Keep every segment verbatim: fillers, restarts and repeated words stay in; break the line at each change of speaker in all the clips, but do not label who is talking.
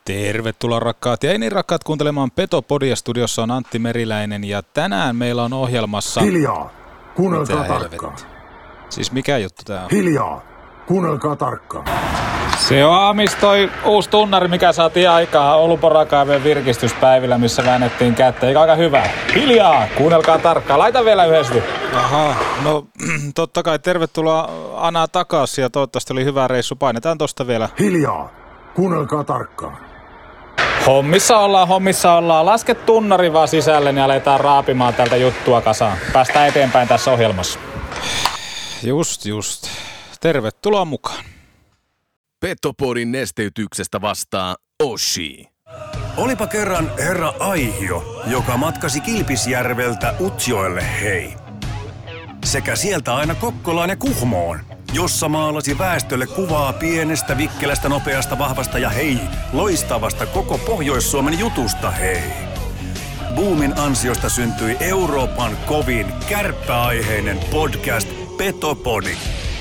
Tervetuloa rakkaat ja ei niin rakkaat kuuntelemaan Petopodia. Studiossa on Antti Meriläinen ja tänään meillä on ohjelmassa...
Hiljaa! Kuunnelkaa tarkkaan.
Siis mikä juttu tää on?
Hiljaa! Kuunnelkaa tarkkaan.
Se on Aamis toi uusi tunnari, mikä saatiin aikaan Oulun Porakaivojen virkistyspäivillä, missä väännettiin kättä. Eikä aika hyvä. Hiljaa! Kuunnelkaa tarkkaan. Laita vielä yhdesti. Aha, no totta kai tervetuloa Ana takaisin ja toivottavasti oli hyvä reissu. Painetaan tosta vielä.
Hiljaa! Kuunnelkaa tarkkaan.
Hommissa ollaan, hommissa ollaan. Laske tunnari vaan sisälle, niin aletaan raapimaan tältä juttua kasaan. Päästään eteenpäin tässä ohjelmassa. Just, just. Tervetuloa mukaan.
Petopodin nesteytyksestä vastaa Oshi.
Olipa kerran herra Aihio, joka matkasi Kilpisjärveltä Utsjoelle hei. Sekä sieltä aina Kokkolaan ja Kuhmoon, jossa maalasi väestölle kuvaa pienestä, vikkelästä, nopeasta, vahvasta ja hei, loistavasta koko Pohjois-Suomen jutusta hei. Boomin ansiosta syntyi Euroopan kovin kärppäaiheinen podcast Petopodi.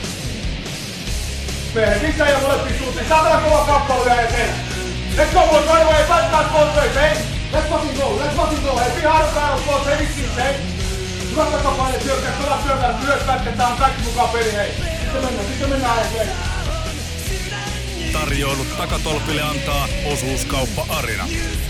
Mehän sisään ja molempiin suuntiin. Saatana kova kappale vielä eteen. Let's go, boys, right away. Fight that both ways, hey? Let's fucking go, let's fucking go, hey? Be hard on battle, boys, hey? Vittiin, hey? Hyvät takapaine, syökkää, kovat syökkää, myös pätketään kaikki mukaan peli, hei. Sitten mennään, sitten mennään ajattelee.
Tarjoilut takatolpille antaa osuuskauppa Arina.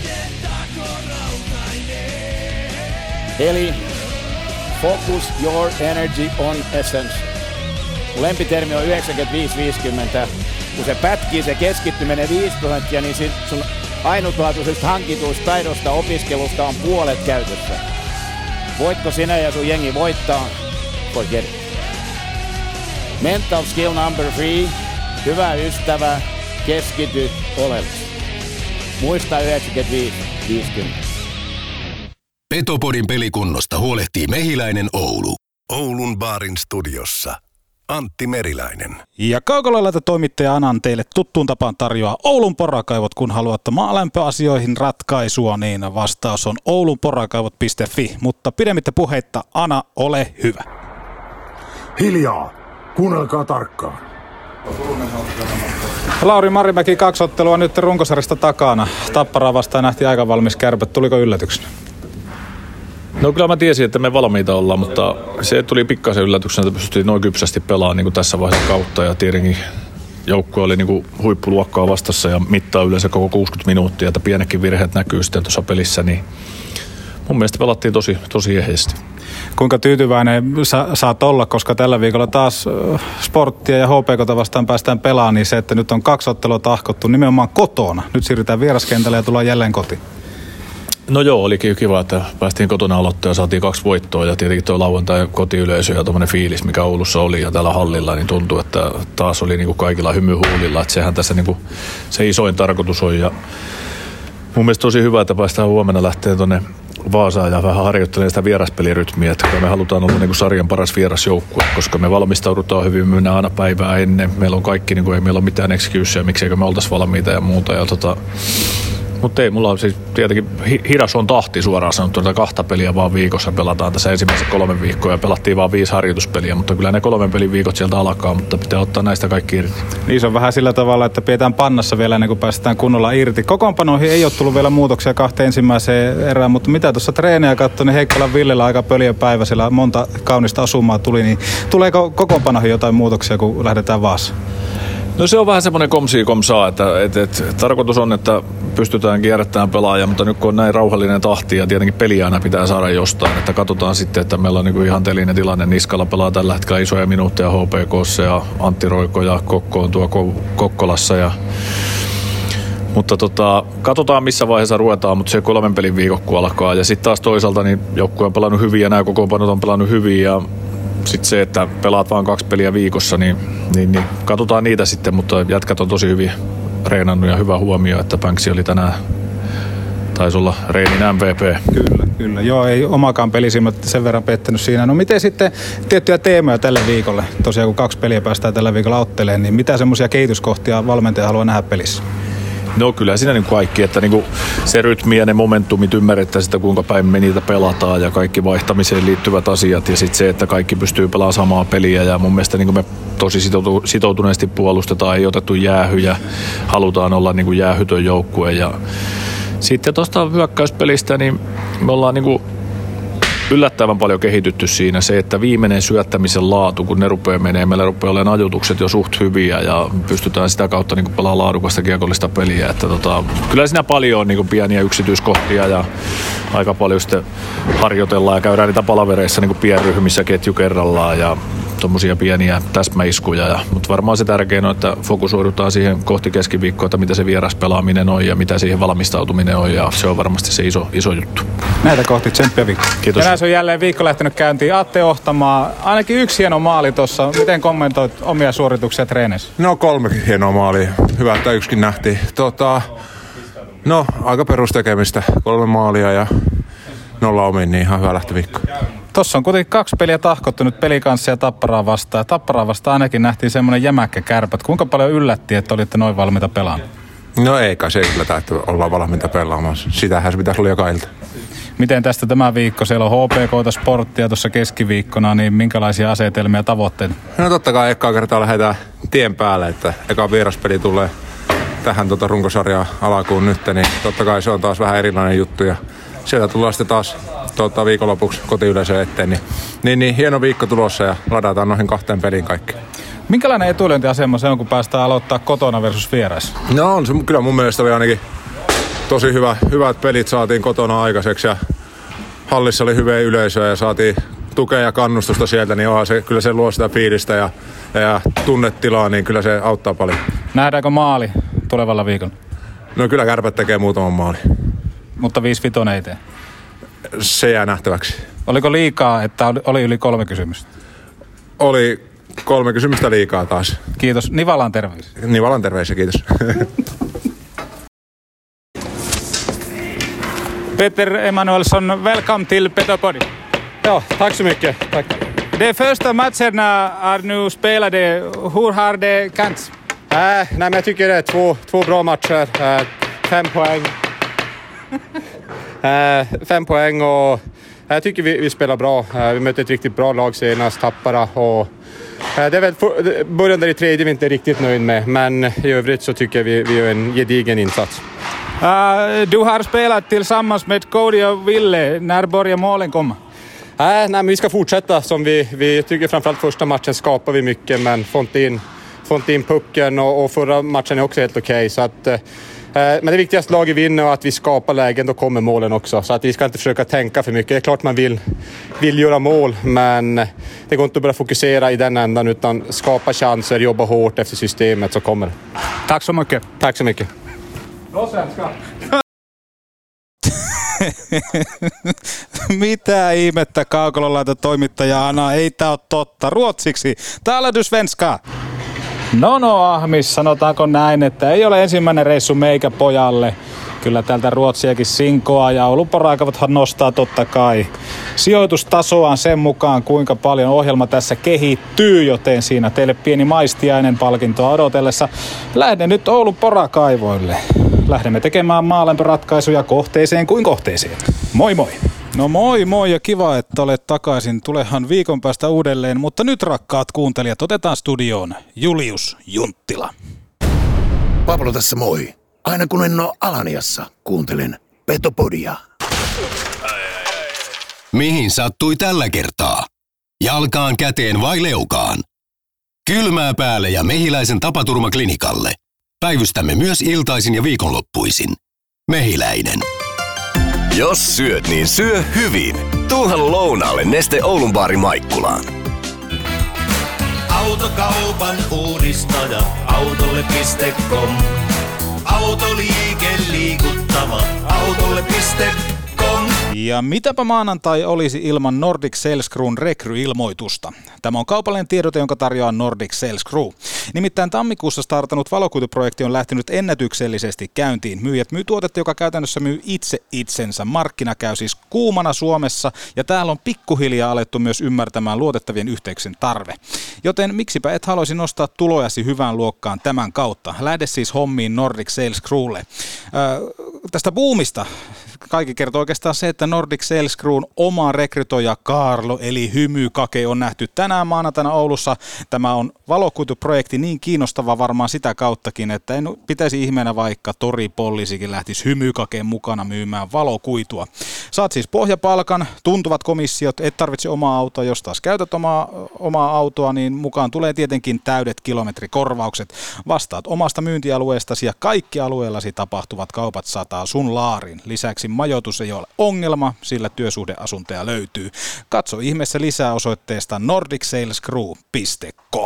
Eli focus your energy on essence. Lempitermi on yhdeksänkymmentäviisi viisikymmentä. Kun se pätkii, se keskittyminen viisi prosenttia, niin sit sun ainutlaatuisesta hankituista taidosta opiskelusta on puolet käytössä. Voitko sinä ja sun jengi voittaa? Forget it. Mental skill number three. Hyvä ystävä, keskity oleellisesti. Muista yhdeksänkymmentäviisi viisikymmentä.
Petopodin pelikunnosta huolehtii Mehiläinen Oulu.
Oulun baarin studiossa Antti Meriläinen.
Ja Kaukolailta toimittaja Anan teille tuttuun tapaan tarjoaa Oulun Porakaivot. Kun haluatte maalämpöasioihin ratkaisua, niin vastaus on oulun porakaivot piste fi. Mutta pidemmittä puheitta, Ana, ole hyvä.
Hiljaa! Kuunnelkaa tarkkaan.
Lauri Marimäki, kaksi ottelua nyt runkosarjasta takana. Tapparaa vastaan nähtiin aika valmis Kärpät. Tuliko yllätyksenä?
No kyllä mä tiesin, että me valmiita ollaan, mutta se tuli pikkasen yllätyksenä, että pystyttiin noin kypsästi pelaamaan niin kuin tässä vaiheessa kautta. Ja tietenkin joukkue oli niin kuin huippuluokkaa vastassa ja mittaa yleensä koko kuusikymmentä minuuttia, että pienekin virheet näkyy sitten tuossa pelissä. Niin mun mielestä pelattiin tosi, tosi eheesti.
Kuinka tyytyväinen sä saat olla, koska tällä viikolla taas Sporttia ja H P K:ta vastaan päästään pelaamaan, niin se, että nyt on kaksi ottelua tahkottu nimenomaan kotona. Nyt siirrytään vieraskentälle ja tullaan jälleen kotiin.
No joo, olikin kiva, että päästiin kotona aloittaa ja saatiin kaksi voittoa ja tietenkin tuo lauantai kotiyleisö ja tuommoinen fiilis, mikä Oulussa oli ja täällä hallilla, niin tuntui, että taas oli niinku kaikilla hymy huulilla, että sehän tässä niinku se isoin tarkoitus on ja mun mielestä tosi hyvä, että päästään huomenna lähteä tuonne Vaasaan ja vähän harjoittelemaan sitä vieraspelirytmiä, että me halutaan olla niinku sarjan paras vierasjoukkue, koska me valmistaudutaan hyvin, me mennään aina päivää ennen, meillä on kaikki, niinku, ei meillä ole mitään excuseja, mikseikö me oltaisi valmiita ja muuta ja tota mutta ei, mulla on siis tietenkin hidas on tahti suoraan sanottuna, kahta peliä vaan viikossa pelataan tässä ensimmäiset kolme viikkoa ja pelattiin vaan viisi harjoituspeliä, mutta kyllä ne kolmen pelin viikot sieltä alkaa, mutta pitää ottaa näistä kaikki irti.
Niin se on vähän sillä tavalla, että pidetään pannassa vielä ennen kuin päästään kunnolla irti. Kokoonpanoihin ei ole tullut vielä muutoksia kahteen ensimmäiseen erään, mutta mitä tuossa treenejä katsoi, niin Heikkalan Villellä aika pöliö päivä, siellä monta kaunista osumaa tuli, niin tuleeko kokoonpanoihin jotain muutoksia, kun lähdetään Vaasaan?
No se on vähän semmoinen komsi komsaa, että et, et, tarkoitus on, että pystytään kierrättämään pelaajia, mutta nyt kun on näin rauhallinen tahti ja tietenkin peliä aina pitää saada jostain, että katsotaan sitten, että meillä on niinku ihanteellinen tilanne. Niskala pelaa tällä hetkellä isoja minuutteja H P K:ssa ja Antti Roiko ja Kokko on tuo Kokkolassa. Ja mutta tota, katsotaan missä vaiheessa ruvetaan, mutta se kolmen pelin viikko kun alkaa. Ja sitten taas toisaalta niin joukkue on pelannut hyvin ja nämä kokoonpanot on pelannut hyvin ja sitten se, että pelaat vaan kaksi peliä viikossa, niin, niin, niin katsotaan niitä sitten, mutta jätkät on tosi hyvin reenannut ja hyvä huomio, että Banksi oli tänään, taisi olla Reinin M V P.
Kyllä, kyllä. Joo, ei omakaan pelisilmät sen verran pettänyt siinä. No miten sitten tiettyjä teemoja tälle viikolle? Tosiaan kun kaksi peliä päästään tällä viikolla ottelemaan, niin mitä semmoisia kehityskohtia valmentaja haluaa nähdä pelissä?
No kyllä siinä niin kaikki, että niin se rytmi ja ne momentumit ymmärretään sitä, kuinka päin me niitä pelataan ja kaikki vaihtamiseen liittyvät asiat ja sitten se, että kaikki pystyy pelaamaan samaa peliä ja mun mielestä niin me tosi sitoutuneesti puolustetaan, ei otettu jäähyjä, halutaan olla niin jäähytön joukkue ja sitten tuosta hyökkäyspelistä niin me ollaan niin yllättävän paljon kehitytty siinä se, että viimeinen syöttämisen laatu, kun ne rupeaa menee, meillä rupeaa olemaan ajoitukset jo suht hyviä ja pystytään sitä kautta niin pelaamaan laadukasta kiekollista peliä. Että tota, kyllä siinä paljon on niin pieniä yksityiskohtia ja aika paljon sitten harjoitellaan ja käydään niitä palavereissa niin pienryhmissä ketju kerrallaan ja tuommoisia pieniä täsmäiskuja. Ja, mutta varmaan se tärkein on, että fokusoidutaan siihen kohti keskiviikkoa, että mitä se vieraspelaaminen on ja mitä siihen valmistautuminen on ja se on varmasti se iso, iso juttu.
Näitä kohti tsemppiä viikkoa.
Kiitos.
Tänään se on jälleen viikko lähtenyt käyntiin. Atte Ohtamaa, ainakin yksi hieno maali tuossa. Miten kommentoit omia suorituksia treeneissä?
No kolmekin hienoa maalia. Hyvä, että yksikin nähtiin. Tota, no aika perustekemistä. Kolme maalia ja nolla omiin, niin ihan hyvä lähtöviikko.
Tuossa on kuitenkin kaksi peliä tahkottu nyt Pelikanssia ja Tapparaa vastaan. Ja Tapparaa vastaan ainakin nähtiin semmoinen jämäkkä kärpät. Kuinka paljon yllätti, että olitte noin valmiita pelaamaan?
No ei kai se yllätä, että ollaan valmiita pelaamaan. Sitähän se pitäisi olla joka ilta.
Miten tästä tämä viikko? Siellä on H P K:ta Sporttia tuossa keskiviikkona, niin minkälaisia asetelmia ja tavoitteita?
No totta kai ekaa kertaa lähdetään tien päälle, että eka vieraspeli tulee tähän tuota runkosarjaa alkuun nyt, niin totta kai se on taas vähän erilainen juttu ja sieltä tullaan sitten taas tuota, viikonlopuksi kotiyleisön eteen, niin, niin, niin hieno viikko tulossa ja ladataan noihin kahteen peliin kaikki.
Minkälainen etulyöntiasema se on, kun päästään aloittaa kotona versus vieras?
No on se kyllä mun mielestä oli ainakin tosi hyvä, hyvät pelit saatiin kotona aikaiseksi ja hallissa oli hyvää yleisöä ja saatiin tukea ja kannustusta sieltä, niin onhan se, kyllä se luo sitä fiilistä ja, ja tunnetilaa, niin kyllä se auttaa paljon.
Nähdäänkö maali tulevalla viikolla?
No kyllä Kärpät tekee muutaman maali.
Mutta viisi vitonen ei tee?
Se jää nähtäväksi.
Oliko liikaa, että oli yli kolme kysymystä?
Oli kolme kysymystä liikaa taas.
Kiitos. Nivalan terveisiä.
Nivalan terveisiä, kiitos.
Peter Emanuelsson, välkommen till Petopodi.
Ja, tack så mycket. Tack.
De första matcherna är nu spelade. Hur har det känts?
Äh, nej, men jag tycker det är två, två bra matcher. Äh, fem poäng. äh, fem poäng och jag tycker vi, vi spelar bra. Äh, vi mötte ett riktigt bra lag senast, Tappara. Och, äh, det är väl för, början där i tredje vi inte är riktigt nöjd med. Men i övrigt så tycker jag vi, vi gör en gedigen insats.
Uh, du har spelat tillsammans med Cody och Ville. När börjar målen komma?
Äh, nej, men vi ska fortsätta som vi, vi tycker framförallt första matchen skapar vi mycket men får inte in, får inte in pucken och, och förra matchen är också helt okej okay, så att eh, men det viktigaste laget vinner och att vi skapar lägen, då kommer målen också så att vi ska inte försöka tänka för mycket. Det är klart man vill, vill göra mål men det går inte att bara fokusera i den ändan utan skapa chanser, jobba hårt efter systemet så kommer det.
Tack så mycket.
Tack så mycket.
Bra svenska. Mitä ihmettä Kaukololaita toimittaja Ana, ei tää oo totta. Ruotsiksi. Täällä du svenska. No no Ahmis, sanotaanko näin, että ei ole ensimmäinen reissu meikä pojalle. Kyllä täältä Ruotsiakin sinkoa ja Ouluporaikavathan nostaa totta kai sijoitustasoaan sen mukaan, kuinka paljon ohjelma tässä kehittyy, joten siinä teille pieni maistiainen palkintoa odotellessa. Lähden nyt Oulun porakaivoille. Lähdemme tekemään maalämpöratkaisuja kohteeseen kuin kohteeseen. Moi moi! No moi moi ja kiva, että olet takaisin. Tulehan viikon päästä uudelleen, mutta nyt rakkaat kuuntelijat, otetaan studioon Julius Junttila.
Pablo tässä moi. Aina kun en ole Alaniassa, kuuntelen Petopodia.
Mihin sattui tällä kertaa? Jalkaan, käteen vai leukaan? Kylmää päälle ja Mehiläisen tapaturmaklinikalle. Päivystämme myös iltaisin ja viikonloppuisin. Mehiläinen.
Jos syöt, niin syö hyvin. Tuuhan lounaalle Neste Oulun baari Maikkulaan.
Autokaupan uudistaja. Autolle piste com. Autoliike liikuttava. Autolle piste com.
Ja mitäpä maanantai olisi ilman Nordic Sales Crewn rekryilmoitusta? Tämä on kaupallinen tiedote, jonka tarjoaa Nordic Sales Crew. Nimittäin tammikuussa startanut valokuituprojekti on lähtenyt ennätyksellisesti käyntiin. Myyjät myy tuotetta, joka käytännössä myy itse itsensä. Markkina käy siis kuumana Suomessa ja täällä on pikkuhiljaa alettu myös ymmärtämään luotettavien yhteyksien tarve. Joten miksipä et haluaisi nostaa tulojasi hyvään luokkaan tämän kautta. Lähde siis hommiin Nordic Sales Crewlle. Öö, tästä buumista kaikki kertoo oikeastaan se, että Nordic Sales Crewn oma rekrytoija Kaarlo eli Hymykake on nähty tänään maanantaina Oulussa. Tämä on valokuituprojekti niin kiinnostava varmaan sitä kauttakin, että en pitäisi ihmeenä vaikka Tori-Pollisikin lähtisi Hymykakeen mukana myymään valokuitua. Saat siis pohjapalkan, tuntuvat komissiot, et tarvitse omaa autoa, jos taas käytät omaa, omaa autoa, niin mukaan tulee tietenkin täydet kilometrikorvaukset. Vastaat omasta myyntialueestasi ja kaikki alueellasi tapahtuvat kaupat sataa sun laariin. Lisäksi majoitus ei ole ongelma, sillä työsuhdeasuntoja löytyy. Katso ihmeessä lisää osoitteesta nordic sales crew piste com.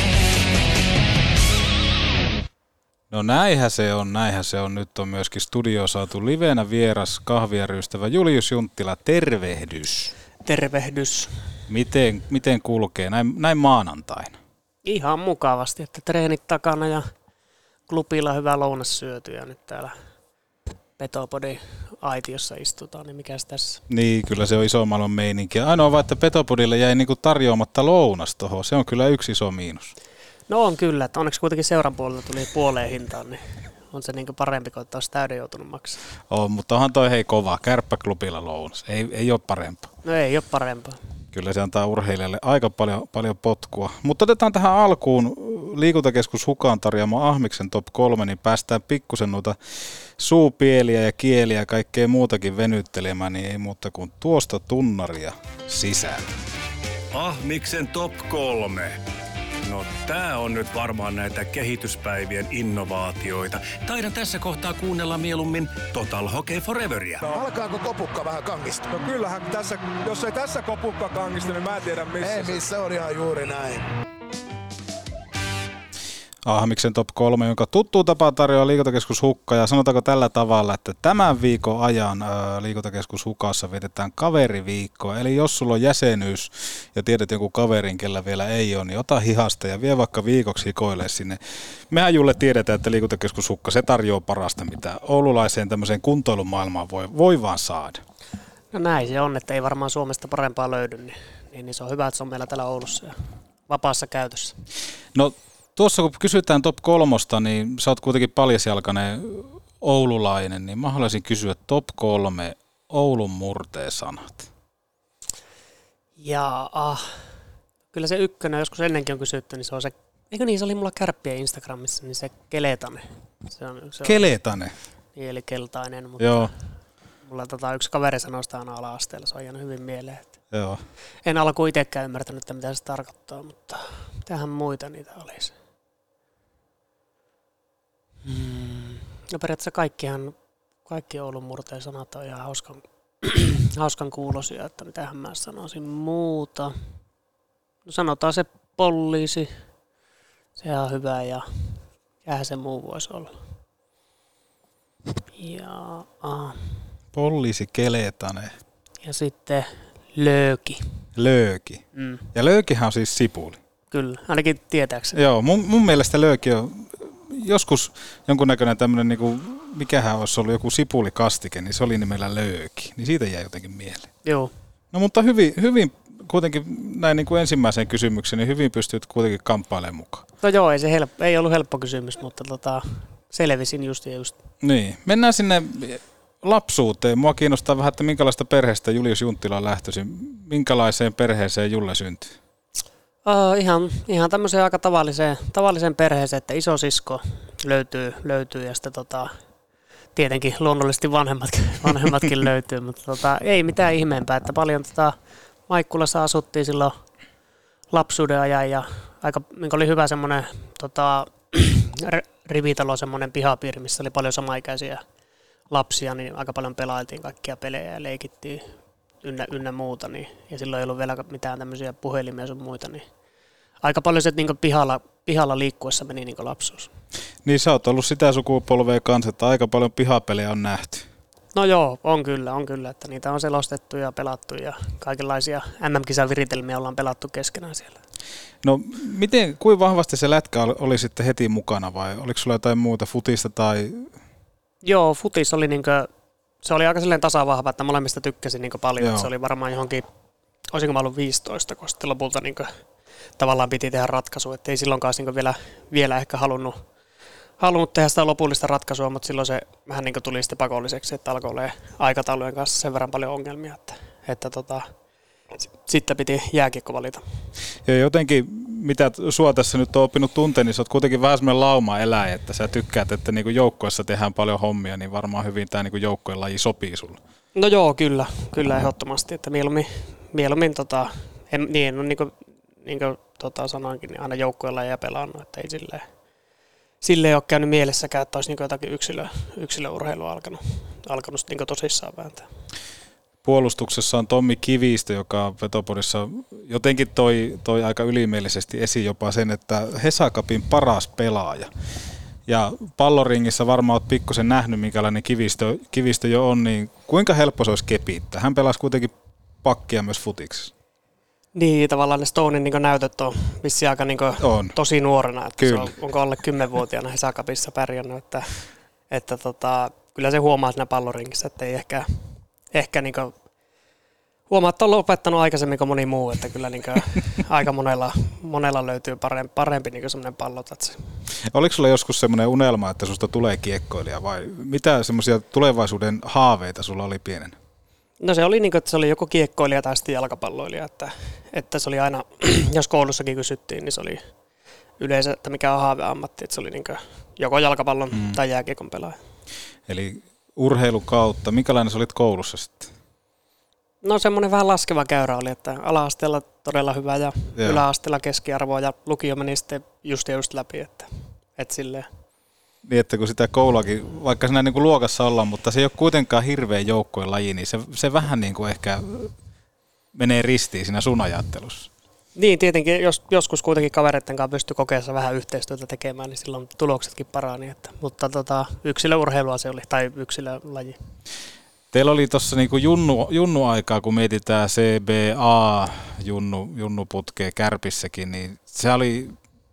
No näinhän se on, näinhän se on. Nyt on myöskin studioon saatu livenä vieras kahviaryystävä Julius Junttila. Tervehdys.
Tervehdys.
Miten, miten kulkee näin, näin maanantaina?
Ihan mukavasti, että treenit takana ja klubilla hyvä lounas syöty ja nyt täällä Petopodin aitiossa istutaan, niin mikäs tässä?
Niin, kyllä se on iso maailman meininki. Ainoa vaan, että Petopodille jäi niinku tarjoamatta lounas tohon. Se on kyllä yksi iso miinus.
No on kyllä, että onneksi kuitenkin seuran puolelta tuli puoleen hintaan, niin on se niinku parempi kuin, että olisi täyden joutunut maksamaan.
On, mutta onhan toi hei kova. Kärppäklubilla lounas. Ei, ei ole parempaa.
No ei ole parempaa.
Kyllä se antaa urheilijalle aika paljon, paljon potkua. Mutta otetaan tähän alkuun liikuntakeskus Hukaan tarjoama Ahmiksen top kolme, niin päästään pikkusen noita suupieliä ja kieliä ja kaikkea muutakin venyttelemään, niin ei muuta kuin tuosta tunnaria sisään.
Ahmiksen top kolme. No tää on nyt varmaan näitä kehityspäivien innovaatioita. Taidan tässä kohtaa kuunnella mieluummin Total Hockey Foreveria.
No, alkaako kopukka vähän kangista?
No kyllähän tässä, jos ei tässä kopukka kangista, niin mä en tiedä missä.
Ei missä, on ihan juuri näin.
Ahmiksen top kolme, jonka tuttuu tapa tarjoaa liikuntakeskus Hukka, ja sanotaanko tällä tavalla, että tämän viikon ajan ää, liikuntakeskus Hukassa vietetään kaveriviikkoa, eli jos sulla on jäsenyys ja tiedät jonkun kaverin, kellä vielä ei ole, niin ota hihasta ja vie vaikka viikoksi hikoille sinne. Mehän Julle tiedetään, että liikuntakeskus Hukka, se tarjoaa parasta, mitä oululaiseen tämmöiseen kuntoilumaailmaan voi, voi vaan saada.
No näin se on, että ei varmaan Suomesta parempaa löydy, niin, niin, niin se on hyvä, että se on meillä täällä Oulussa ja vapaassa käytössä.
No tuossa kun kysytään top kolmosta, niin sä oot kuitenkin paljasjalkainen oululainen, niin mä haluaisin kysyä top kolme Oulun murteen sanat.
Ja ah, kyllä se ykkönen, joskus ennenkin on kysytty, niin se on se, eikö niin, se oli mulla Kärppien Instagramissa, niin se Keletane. Se on, se
Keletane?
On, niin, eli keltainen, mutta
joo.
Mulla tota, yksi kaveri sanoi sitä aina ala-asteella, se on jäänyt hyvin mieleen. Että
joo. En
alkuun itsekään ymmärtänyt, että mitä se tarkoittaa, mutta mitähän muita niitä olisi. Hmm. No periaatteessa kaikkihan, kaikki Oulun murteen sanat on ihan hauskan, hauskan kuulosia, että mitähän mä sanoisin muuta. No sanotaan se poliisi, se on hyvä ja jäähän se muu voisi olla. Ja, ah.
Poliisi Keletane.
Ja sitten lööki.
Lööki.
Mm.
Ja löökihän on siis sipuli.
Kyllä, ainakin tietääkseni.
Joo, mun, mun mielestä lööki on joskus jonkunnäköinen tämmöinen, niinku, mikähän olisi ollut joku sipulikastike, niin se oli nimellä lööki. Niin siitä jäi jotenkin mieleen.
Joo.
No mutta hyvin, hyvin kuitenkin näin niin kuin ensimmäiseen kysymykseen, niin hyvin pystyt kuitenkin kamppailemaan mukaan.
No joo, ei, se helppo, ei ollut helppo kysymys, mutta tota, selvisin just ja just.
Niin, mennään sinne lapsuuteen. Mua kiinnostaa vähän, että minkälaista perheestä Julius Junttila on lähtöisin. Minkälaiseen perheeseen Julle syntyi?
Uh, ihan, ihan tämmöiseen aika tavalliseen, tavalliseen perheeseen, että isosisko löytyy, löytyy ja sitten tota, tietenkin luonnollisesti vanhemmatkin, vanhemmatkin löytyy, mutta tota, ei mitään ihmeempää, että paljon tota, Maikkulassa asuttiin silloin lapsuuden ajan ja aika, niin oli hyvä semmoinen tota, rivitalo, semmoinen pihapiiri, missä oli paljon samaikäisiä lapsia, niin aika paljon pelailtiin kaikkia pelejä ja leikittiin ynnä, ynnä muuta, niin, ja silloin ei ollut vielä mitään tämmöisiä puhelimia sun muita, niin aika paljon se niin pihalla, pihalla liikkuessa meni niin lapsuus.
Niin sä oot ollut sitä sukupolvea kanssa, että aika paljon pihapelejä on nähty.
No joo, on kyllä, on kyllä, että niitä on selostettu ja pelattu ja kaikenlaisia M M-kisan viritelmiä ollaan pelattu keskenään siellä.
No miten, kuinka vahvasti se lätkä oli, oli sitten heti mukana vai oliko sulla jotain muuta futista tai?
Joo, futis oli niinkö, se oli aika silleen tasavahva, että molemmista tykkäsin niinkö paljon, että se oli varmaan johonkin, olisinko mä ollut viisitoista, kun sitten lopulta niinkö tavallaan piti tehdä ratkaisu, että ei silloinkaan niinkö vielä, vielä ehkä halunnut halunnut tehdä sitä lopullista ratkaisua, mutta silloin se vähän niin kuin tuli sitten pakolliseksi, että alkoi olla aikataulujen kanssa sen verran paljon ongelmia, että, että tota, sitten piti jääkiekko valita.
Ja jotenkin, mitä sua tässä nyt on oppinut tunteen, niin sä oot kuitenkin vähän semmoinen lauma-eläjä, että sä tykkäät, että niinku joukkoissa tehdään paljon hommia, niin varmaan hyvin tämä niinku joukkojen laji sopii sulle.
No joo, kyllä, kyllä ehdottomasti, että mieluummin, mieluummin tota, en, niin, no, niin kuin, niin kuin tota, sanoinkin, niin aina joukkojen lajeja pelannut, että ei silleen, Sille ei ole käynyt mielessäkään, että olisi niin jotakin yksilö, yksilöurheilua alkanut, alkanut niin tosissaan vääntää.
Puolustuksessa on Tommi Kivistö, joka Vetopodissa jotenkin toi, toi aika ylimielisesti esiin jopa sen, että Hesa Cupin paras pelaaja. Ja palloringissä varmaan olet pikkusen nähnyt, minkälainen Kivistö, Kivistö jo on, niin kuinka helppo se olisi kepittää? Hän pelasi kuitenkin pakkia myös futiksessa.
Niin, tavallaan ne Stonein niin näytöt on vissiin aika niin tosi nuorena, että se on, onko alle kymmenvuotiaana Hesa Cupissa pärjännyt, että, että tota, kyllä se huomaa siinä palloringissä, että ei ehkä, ehkä niin kuin, huomaa, että on lopettanut aikaisemmin kuin moni muu, että kyllä niin kuin, aika monella, monella löytyy parempi, parempi niin semmoinen pallotatsi. Oliko
sulla joskus semmoinen unelma, että susta tulee kiekkoilija vai mitä semmoisia tulevaisuuden haaveita sulla oli pienenä?
No se oli niin kuin, että se oli joko kiekkoilija tai sitten jalkapalloilija, että, että se oli aina, jos koulussakin kysyttiin, niin se oli yleensä, että mikä on haaveammatti, että se oli niin kuin joko jalkapallon mm. tai jääkiekon pelaaja.
Eli urheilun kautta, minkälainen sä olit koulussa sitten?
No semmoinen vähän laskeva käyrä oli, että ala-asteella todella hyvä ja Joo. yläasteella keskiarvoa ja lukio meni sitten just ja just läpi, että, että silleen.
Niin, että kun sitä kouluakin, vaikka siinä niin kuin luokassa ollaan, mutta se ei ole kuitenkaan hirveän joukkojen laji, niin se, se vähän niin kuin ehkä menee ristiin siinä sun ajattelussa.
Niin, tietenkin jos, joskus kuitenkin kavereiden kanssa pystyy kokeessa vähän yhteistyötä tekemään, niin silloin tuloksetkin parani. Että, mutta tota, yksilöurheilua se oli, tai yksilölaji.
Teillä oli tuossa niin kuin junnu, junnu-aikaa, kun mietitään C B A junnu, junnuputkea Kärpissäkin, niin se oli...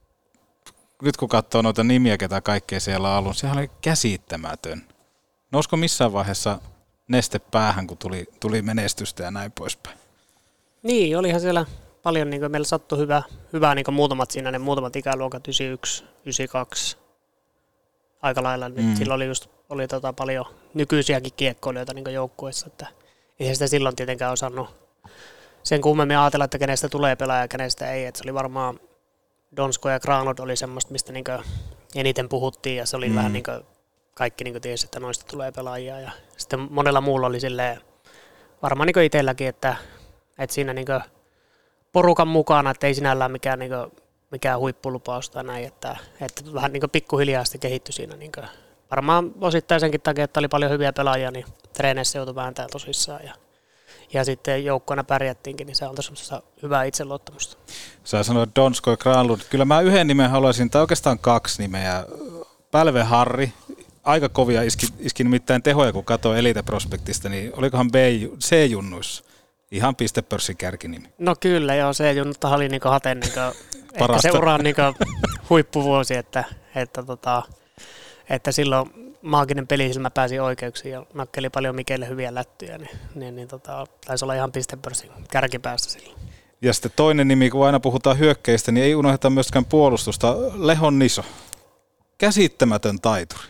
Nyt kun katsoo noita nimiä, ketä kaikkea siellä on ollut, sehän oli käsittämätön. Nousko missään vaiheessa neste päähän, kun tuli, tuli menestystä ja näin poispäin?
Niin, olihan siellä paljon, niin kuin meillä sattui hyvä, hyvä niin kuin muutamat siinä, ne muutamat ikäluokat, yhdeksänkymmentäyksi, yhdeksänkymmentäkaksi, aika lailla. Mm. Silloin oli, just, oli tota paljon nykyisiäkin kiekkoilijoita niin joukkueessa, että ei sitä silloin tietenkään osannut sen kummemmin ajatella, että kenestä tulee pelaaja ja kenestä ei, että se oli varmaan Donsko ja Granlund oli semmoista, mistä niinku eniten puhuttiin ja se oli mm. vähän niin kuin kaikki niinku tiesi, että noista tulee pelaajia ja sitten monella muulla oli silleen, varmaan niinku itselläkin, että, että siinä niinku porukan mukana, että ei sinällään mikään, niinku, mikään huippulupaus tai näin, että, että vähän niinku pikkuhiljaa sitten kehittyi siinä. Niinku, varmaan osittain senkin takia, että oli paljon hyviä pelaajia, niin treeneissä joutui vääntää tosissaan ja Ja sitten joukkoina pärjättiinkin, niin se on semmoista hyvää itseluottamusta.
Sä sanoit Donsko ja Granlund. Kyllä mä yhden nimen haluaisin, tai oikeastaan kaksi nimeä. Pälve Harri, aika kovia iski, iski nimittäin tehoja, kun katsoo Elite Prospektista, niin olikohan B, C-junnuissa ihan pistepörssin kärkinimi?
No kyllä, joo, C-junnuttahan oli niinku Haten niinku, ehkä se uraan niinku huippuvuosi, että, että, tota, että silloin maaginen pelisilmä pääsi oikeuksiin ja nakkeli paljon Mikelle hyviä lättyjä, niin, niin, niin tota, taisi olla ihan pistepörssin kärkipäässä silloin.
Ja sitten toinen nimi, kun aina puhutaan hyökkäistä, niin ei unohdeta myöskään puolustusta. Lehon Niso, käsittämätön taituri.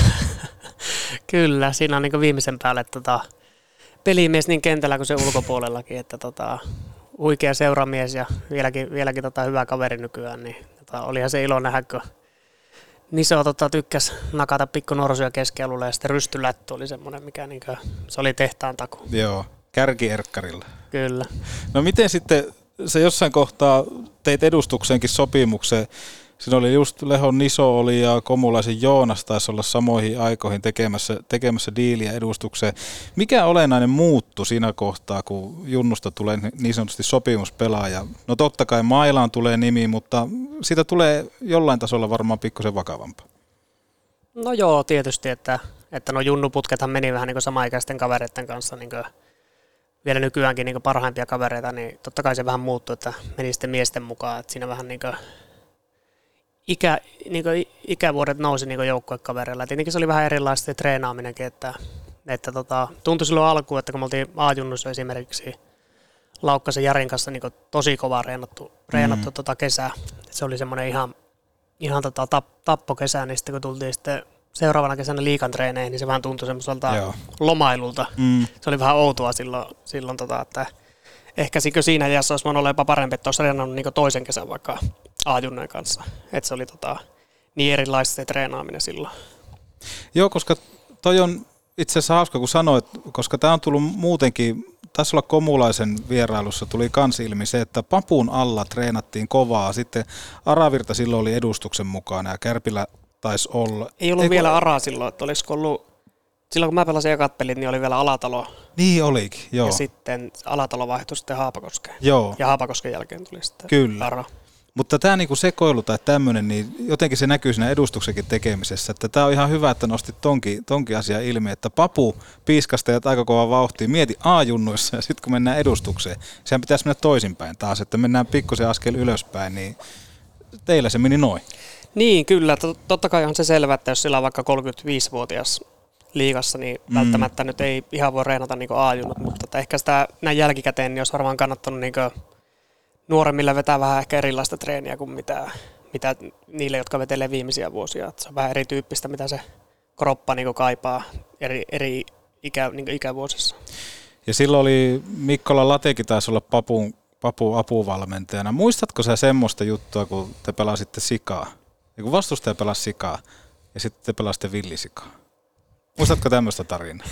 Kyllä, siinä on niin viimeisen päälle tota, pelimies niin kentällä kuin se ulkopuolellakin, että tota, huikea seuramies ja vieläkin, vieläkin tota, hyvä kaveri nykyään, niin tota, olihan se ilo nähdä, kun Niso tota, tykkäsi nakata pikku norsuja keskialueelle ja sitten rystylätty oli semmoinen, mikä niin kuin, se oli tehtaan taku.
Joo, kärkierkkarilla.
Kyllä.
No miten sitten, se jossain kohtaa teit edustukseenkin sopimuksen, siinä oli just Lehon Niso oli ja Komulaisen Joonas taisi olla samoihin aikoihin tekemässä, tekemässä diiliä edustukseen. Mikä olennainen muuttu siinä kohtaa, kun junnusta tulee niin sanotusti sopimuspelaaja? No totta kai Mailaan tulee nimi, mutta siitä tulee jollain tasolla varmaan pikkusen vakavampaa.
No joo, tietysti, että, että no junnuputkethan meni vähän niin kuin samaikäisten kavereiden kanssa niin kuin vielä nykyäänkin niin kuin parhaimpia kavereita, niin totta kai se vähän muuttui, että meni sitten miesten mukaan, että siinä vähän niin kuin ikä, niin kuin ikävuodet nousi niin kuin joukkuekavereilla. Tietenkin se oli vähän erilaista se treenaaminenkin, että, että tota, tuntui silloin alkuun, että kun me oltiin A-junnussa esimerkiksi Laukkasen Jarin kanssa niin kuin tosi kovaa reenattu, reenattu mm. tota kesää. Se oli semmoinen ihan, ihan tota tap, tappokesä, niin sitten kun tultiin sitten seuraavana kesänä liigan treeneihin, niin se vähän tuntui semmoiselta Joo. lomailulta. Mm. Se oli vähän outoa silloin, silloin tota, että ehkä siinä iässä olisi voinut olla jopa parempi, että olisi treenannut niin toisen kesän vaikka A-junnojen kanssa. Että se oli tota, niin erilaista se treenaaminen silloin.
Joo, koska toi on itse asiassa hauska, kun sanoit, koska tämä on tullut muutenkin, taisi olla Komulaisen vierailussa, tuli kans ilmi se, että Papun alla treenattiin kovaa. Sitten Aravirta silloin oli edustuksen mukana ja Kärpillä taisi olla.
Ei ollut Eiku... vielä Ara silloin, että olisiko ollut, silloin kun mä pelasin ekat pelit, niin oli vielä Alatalo.
Niin olikin, joo.
Ja sitten Alatalo vaihtui sitten Haapakoskeen.
Joo.
Ja Haapakosken jälkeen tuli sitten
Kyllä.
Ara.
Mutta tämä niinku sekoilu tai tämmöinen, niin jotenkin se näkyy siinä edustuksenkin tekemisessä. Että tämä on ihan hyvä, että nostit tonkin, tonkin asia ilmi, että Papu piiskastajat aika kova vauhtia. Mieti A-junnuissa ja sitten kun mennään edustukseen, sehän pitäisi mennä toisinpäin taas, että mennään pikkusen askel ylöspäin, niin teillä se meni noin.
Niin, kyllä. Totta kai on se selvä, että jos sillä on vaikka kolmekymmentäviisivuotias liigassa, niin mm. välttämättä nyt ei ihan voi reenata niin kuin A-junnut, mutta että ehkä sitä näin jälkikäteen niin olisi varmaan kannattanut niin kuin nuoremmille vetää vähän ehkä erilaista treeniä kuin mitä, mitä niille, jotka vetelee viimeisiä vuosia. Että se on vähän erityyppistä, mitä se kroppa niin kuin kaipaa eri, eri ikä, niin kuin ikävuosissa.
Ja silloin oli Mikkola Latekin taisi olla Papun, Papun apuvalmentajana. Muistatko sä semmoista juttua, kun te pelasitte sikaa? Ja kun vastustaja pelasi sikaa ja sitten te pelasitte villisikaa. Muistatko tämmöistä tarinaa?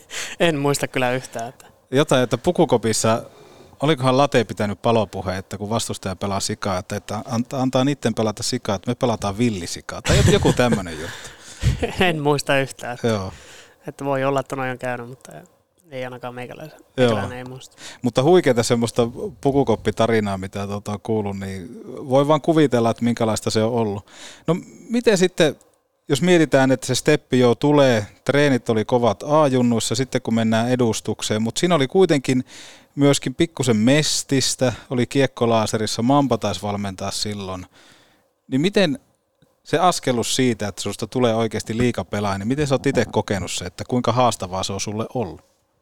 En muista kyllä yhtään. Että...
Jotain, että Pukukopissa, olikohan Late pitänyt palopuheen, että kun vastustaja pelaa sikaa, että, että antaa niiden pelata sikaa, että me pelataan villisikaa. Tai joku tämmöinen juttu.
En muista yhtään. Että,
Joo.
että voi olla, että noin on käynyt, mutta ei ainakaan meikäläinen, meikäläinen ei muista.
Mutta huikeeta semmoista pukukoppitarinaa, mitä tuota on kuullut, niin voi vaan kuvitella, että minkälaista se on ollut. No miten sitten, jos mietitään, että se steppi jo tulee, treenit oli kovat A-junnuissa, sitten kun mennään edustukseen, mutta siinä oli kuitenkin myöskin pikkusen mestistä, oli kiekkolaaserissa, Mampa taisi valmentaa silloin. Niin miten se askelus siitä, että susta tulee oikeasti liigapelaaja, niin miten sä oot itse kokenut se, että kuinka haastavaa se on sulle ollut?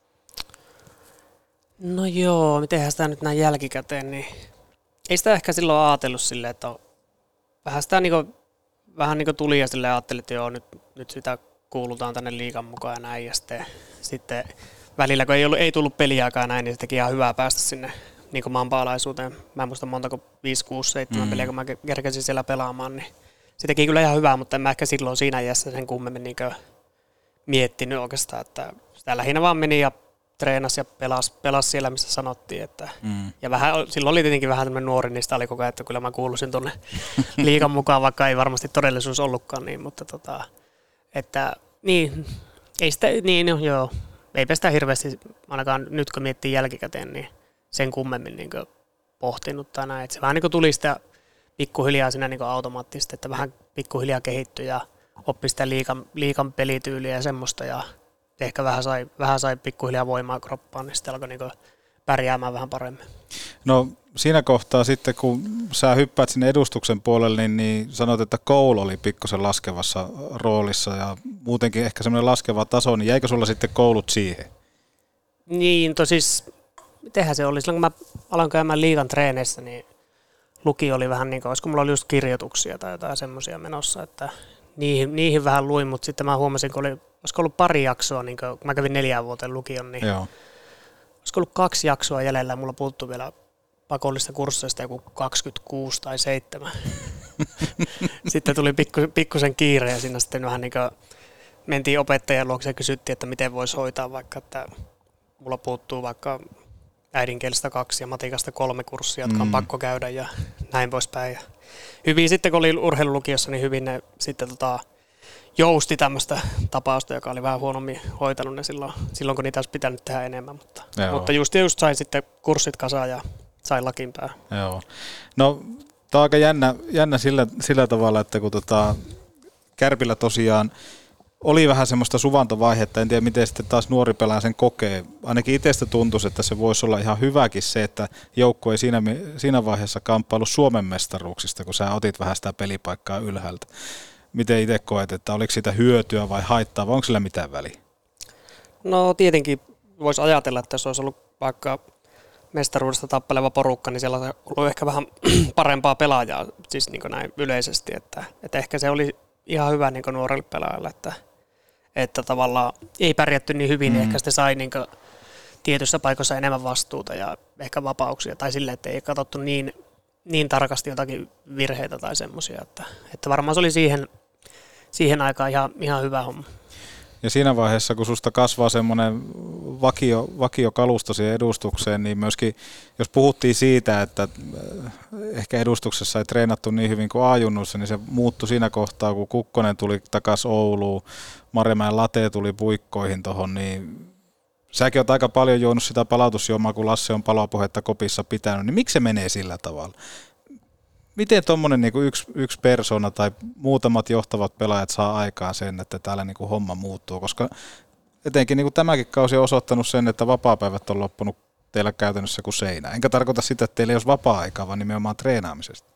No joo, mitenhän sitä nyt näin jälkikäteen, niin ei sitä ehkä silloin ajatellut silleen, että on vähän sitä niin kuin, vähän niin kuin tuli ja silleen ajattelin, että joo, nyt, nyt sitä kuulutaan tänne liigan mukaan ja näin, ja sitten, sitten välillä, kun ei, ollut, ei tullut peliaikaa näin, niin se teki ihan hyvää päästä sinne niin kuin Mampa-alaisuuteen. Mä en muista montako, viisi, kuusi, seitsemän mm. peliä, kun mä kerkesin siellä pelaamaan, niin se teki kyllä ihan hyvää, mutta en mä ehkä silloin siinä iässä sen kummemmin niin kuin miettinyt oikeastaan, että sitä lähinnä vaan meni ja treenasi ja pelasi, pelasi siellä, missä sanottiin. Että, mm. Ja vähän, silloin oli tietenkin vähän tämmöinen nuori, niin sitä oli koko ajan, että kyllä mä kuuluisin tuonne liigan mukaan, vaikka ei varmasti todellisuus ollutkaan niin, mutta tota, että niin, ei sitä, niin no, joo, eipä sitä hirveästi, ainakaan nyt kun miettii jälkikäteen, niin sen kummemmin niin kuin pohtinut tai näin. Että se vähän niin kuin tuli sitä pikkuhiljaa siinä niin kuin automaattisesti, että vähän pikkuhiljaa kehittyi ja oppi sitä liikan, liikan pelityyliä ja semmoista ja ehkä vähän sai, vähän sai pikkuhiljaa voimaa kroppaan, niin sitten alkoi niin kuin pärjäämään vähän paremmin.
No siinä kohtaa sitten, kun sä hyppäät sinne edustuksen puolelle, niin, niin sanoit, että koulu oli pikkusen laskevassa roolissa ja muutenkin ehkä semmoinen laskeva taso, niin jäikö sulla sitten koulut siihen?
Niin, to siis, mitenhän se oli? Silloin kun mä aloin käymään liigan treeneissä, niin lukio oli vähän niin kuin, olisiko mulla oli just kirjoituksia tai jotain semmoisia menossa, että niihin, niihin vähän luin, mutta sitten mä huomasin, kun oli, olisiko ollut pari jaksoa, niin kun mä kävin neljään vuoteen lukion, niin Joo. olisiko ollut kaksi jaksoa jäljellä ja mulla puuttui vielä pakollista kursseista joku kaksikymmentäkuusi tai seitsemän. Sitten tuli pikku, pikkusen kiire ja siinä sitten vähän niin kuin mentiin opettajan luokse ja kysyttiin, että miten voisi hoitaa vaikka, että mulla puuttuu vaikka äidinkielestä kaksi ja matikasta kolme kurssia, jotka on mm. pakko käydä ja näin poispäin. Ja hyvin sitten, kun oli urheilulukiossa, niin hyvin ne sitten tota, jousti tämmöistä tapausta, joka oli vähän huonommin hoitanut ne silloin, silloin kun niitä olisi pitänyt tehdä enemmän. Mutta, mutta just, just sain sitten kurssit kasaan ja sain lakin päähän.
Joo. No, tämä on aika jännä, jännä sillä, sillä tavalla, että kun tota, Kärpillä tosiaan oli vähän semmoista suvantovaihetta, en tiedä miten sitten taas nuori pelaaja sen kokee. Ainakin itsestä tuntuisi, että se voisi olla ihan hyväkin se, että joukko ei siinä, siinä vaiheessa kamppailu Suomen mestaruuksista, kun sä otit vähän sitä pelipaikkaa ylhäältä. Miten itse koet, että oliko siitä hyötyä vai haittaa, vai onko sillä mitään väliä?
No tietenkin voisi ajatella, että jos olisi ollut vaikka mestaruudesta tappeleva porukka, niin siellä on ollut ehkä vähän parempaa pelaajaa, siis niin kuin näin yleisesti, että, että ehkä se oli ihan hyvä niin kuin nuorelle pelaajalle, että, että tavallaan ei pärjätty niin hyvin, mm. niin ehkä sitten sai niin kuin tietyissä paikoissa enemmän vastuuta ja ehkä vapauksia, tai silleen, että ei katsottu niin, niin tarkasti jotakin virheitä tai semmoisia, että, että varmaan se oli siihen, siihen aikaan ihan, ihan hyvä homma.
Ja siinä vaiheessa, kun susta kasvaa semmoinen vakio, vakiokalusto siihen edustukseen, niin myöskin, jos puhuttiin siitä, että ehkä edustuksessa ei treenattu niin hyvin kuin A-junnuissa, niin se muuttui siinä kohtaa, kun Kukkonen tuli takaisin Ouluun, Marjamäen Late tuli puikkoihin tuohon, niin säkin oot aika paljon juonut sitä palautusjuomaa, kun Lasse on palopuhetta kopissa pitänyt, niin miksi se menee sillä tavalla? Miten tuommoinen niin yksi, yksi persona tai muutamat johtavat pelaajat saa aikaan sen, että täällä niin kuin homma muuttuu? Koska etenkin niin kuin tämäkin kausi on osoittanut sen, että vapaapäivät on loppunut teillä käytännössä kuin seinä. Enkä tarkoita sitä, että teillä ei olisi vapaa-aikaa, vaan nimenomaan treenaamisesta.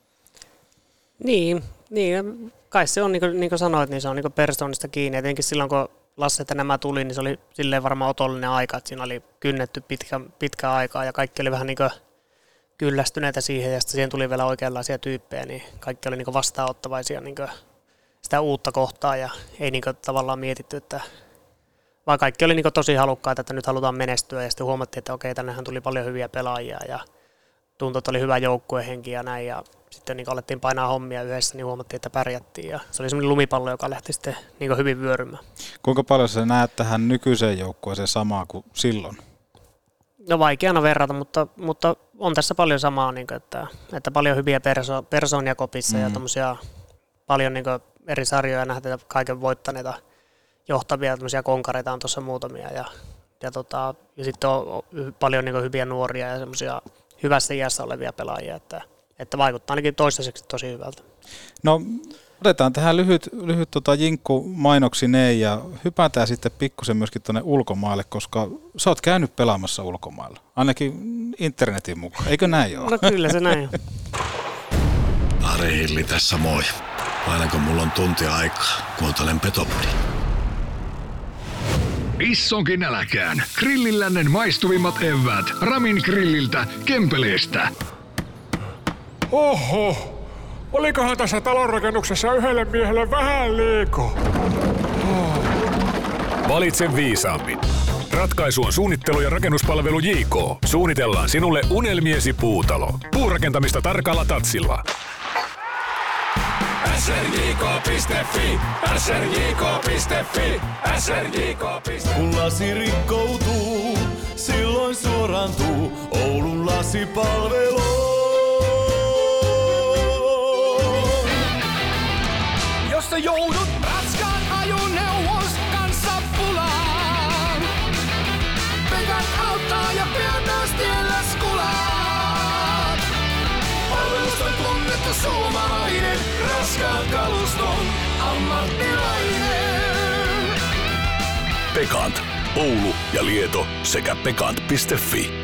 Niin, niin kai se on, niin kuin, niin kuin sanoit, niin se on niin kuin persoonista kiinni. Etenkin silloin, kun Lasse että nämä tuli, niin se oli silleen varmaan otollinen aika, että siinä oli kynnetty pitkä, pitkä aikaa ja kaikki oli vähän niin kuin kyllästyneitä siihen ja sitten siihen tuli vielä oikeanlaisia tyyppejä, niin kaikki oli niinku vastaanottavaisia niinku sitä uutta kohtaa ja ei niinku tavallaan mietitty, että vaan kaikki oli niinku tosi halukkaita, että nyt halutaan menestyä ja sitten huomattiin, että okei, tännehän tuli paljon hyviä pelaajia ja tuntui, että oli hyvä joukkuehenki ja näin ja sitten niinku alettiin painaa hommia yhdessä, niin huomattiin, että pärjättiin ja se oli semmoinen lumipallo, joka lähti sitten niinku hyvin vyörymään.
Kuinka paljon sä näet tähän nykyiseen joukkueeseen samaa kuin silloin?
No vaikeana verrata, mutta, mutta on tässä paljon samaa, niin kuin, että, että paljon hyviä perso, persoonia kopissa mm. ja tommosia, paljon niin kuin, eri sarjoja nähdään kaiken voittaneita johtavia konkareita on tuossa muutamia ja, ja, tota, ja sitten on paljon niin kuin, hyviä nuoria ja semmoisia hyvässä iässä olevia pelaajia, että, että vaikuttaa ainakin toistaiseksi tosi hyvältä.
No otetaan tähän lyhyt, lyhyt tota, jinkku mainoksineen ja hypätään sitten pikkusen myöskin tuonne ulkomaille, koska sä oot käynyt pelaamassa ulkomailla, ainakin internetin mukaan, eikö näin ole?
No kyllä se näin on.
Ari Hilli tässä moi. Aina kun mulla on tuntia aikaa, kuuntelen Petopodin.
Issonkin äläkään. Grillillännen maistuvimmat eväät. Ramin grilliltä, Kempeleestä.
Oho! Olikohan tässä talonrakennuksessa yhdelle miehelle vähän liikaa?
Oh. Valitse viisaammin. Ratkaisu on suunnittelu- ja rakennuspalvelu J K. Suunnitellaan sinulle unelmiesi puutalo. Puurakentamista tarkalla tatsilla.
S R J K piste F I S R J K piste F I S R J K piste F I Kun lasi rikkoutuu, silloin suoraantuu Oulun lasipalvelu. Jos sä joudut raskaan ajoneuvos kanssa pulaan, Pekan auttaa ja pian taas tiellä skulaat. Palvelusta on tunnettu suomalainen, raskaan kaluston ammattilainen.
Pekant, Oulu ja Lieto sekä pekant piste F I.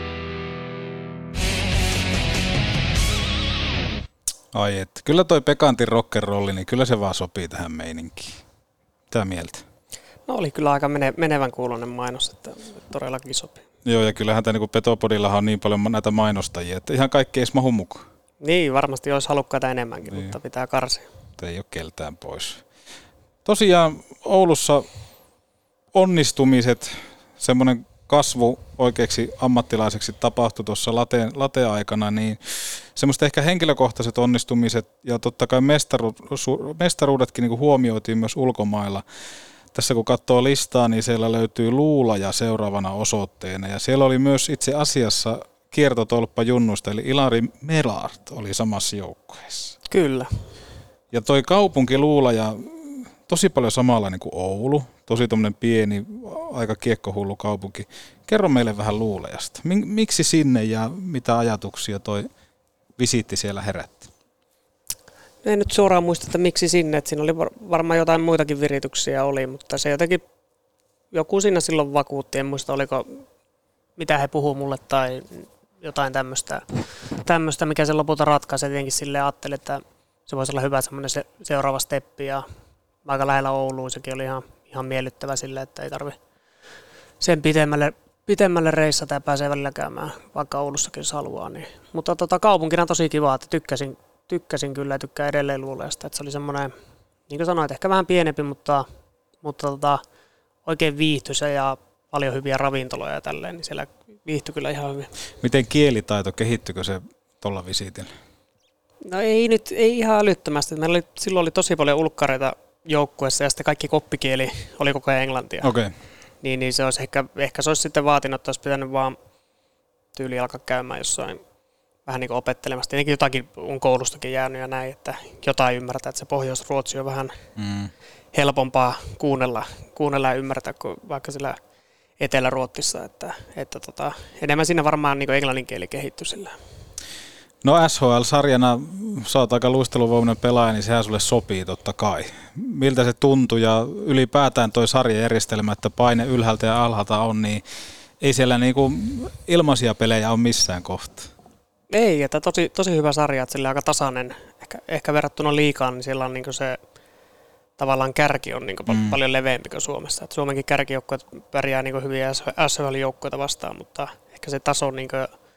Ai et, kyllä toi Pekantin rock'n'rolli, niin kyllä se vaan sopii tähän meininkiin. Mitä mieltä?
No oli kyllä aika mene, menevän kuuloinen mainos, että todellakin sopii.
Joo, ja kyllähän tämä niin Petopodillahan on niin paljon näitä mainostajia, että ihan kaikki ei edes mahu mukaan.
Niin, varmasti olisi halukkaita enemmänkin, niin. Mutta pitää karsia.
Ei ole keltään pois. Tosiaan Oulussa onnistumiset, semmoinen kasvu oikeaksi ammattilaiseksi tapahtui tuossa late, late-aikana, niin semmoista ehkä henkilökohtaiset onnistumiset ja totta kai mestaru, su, mestaruudetkin niin kuin huomioitiin myös ulkomailla. Tässä kun katsoo listaa, niin siellä löytyy Luulaja seuraavana osoitteena ja siellä oli myös itse asiassa kiertotolppa junnuista, eli Ilari Melart oli samassa joukkueessa.
Kyllä.
Ja toi kaupunki Luulaja, tosi paljon samanlainen kuin Oulu, tosi tommoinen pieni, aika kiekkohullu kaupunki. Kerro meille vähän Luulajasta. Miksi sinne ja mitä ajatuksia toi visiitti siellä herätti?
En nyt suoraan muista, että miksi sinne, että siinä oli varmaan jotain muitakin virityksiä oli, mutta se jotenkin, joku siinä silloin vakuutti, en muista oliko, mitä he puhuu mulle tai jotain tämmöistä, tämmöistä mikä se lopulta ratkaisi. Tietenkin silleen ajattelin, että se voisi olla hyvä semmoinen se, seuraava steppi ja aika lähellä Ouluun, sekin oli ihan, ihan miellyttävä silleen, että ei tarvi sen pitemmälle, pitemmälle reissata ja pääsee välillä käymään, vaikka Oulussakin jos haluaa. Niin. Mutta tota, kaupunkina tosi kiva, että tykkäsin, tykkäsin kyllä ja tykkään edelleen Luleåsta, että se oli semmoinen, niin kuin sanoin, ehkä vähän pienempi, mutta, mutta tota, oikein viihtyisä ja paljon hyviä ravintoloja ja tälleen, niin siellä viihtyi kyllä ihan hyvin.
Miten kielitaito, kehittyykö se tuolla visiitillä?
No ei nyt, ei ihan älyttömästi. Meillä oli, silloin oli tosi paljon ulkkareita joukkueessa ja sitten kaikki koppikieli oli koko ajan englantia.
Okay.
Niin, niin se olisi ehkä, ehkä se olisi sitten vaatinut, että olisi pitänyt vaan tyyli alkaa käymään jossain vähän niin kuin opettelemassa. Tietenkin jotakin on koulustakin jäänyt ja näin, että jotain ymmärtää, että se Pohjois-Ruotsi on vähän mm. helpompaa kuunnella, kuunnella ja ymmärtää kuin vaikka sillä Etelä-Ruotsissa, että, että tota, enemmän siinä varmaan niin englannin kieli kehittyi sillä.
No S H L-sarjana sä oot aika luisteluvoiminen pelaaja, niin sehän sulle sopii totta kai. Miltä se tuntui ja ylipäätään toi sarjajärjestelmä, että paine ylhäältä ja alhaalta on, niin ei siellä niinku ilmaisia pelejä ole missään kohtaa.
Ei, että tosi, tosi hyvä sarja, että sillä aika tasainen, ehkä, ehkä verrattuna liigaan, niin siellä on niinku se tavallaan kärki on niinku mm. paljon leveämpi kuin Suomessa. Et Suomenkin kärkijoukkueet pärjää niinku hyviä S H L-joukkueita vastaan, mutta ehkä se taso niinku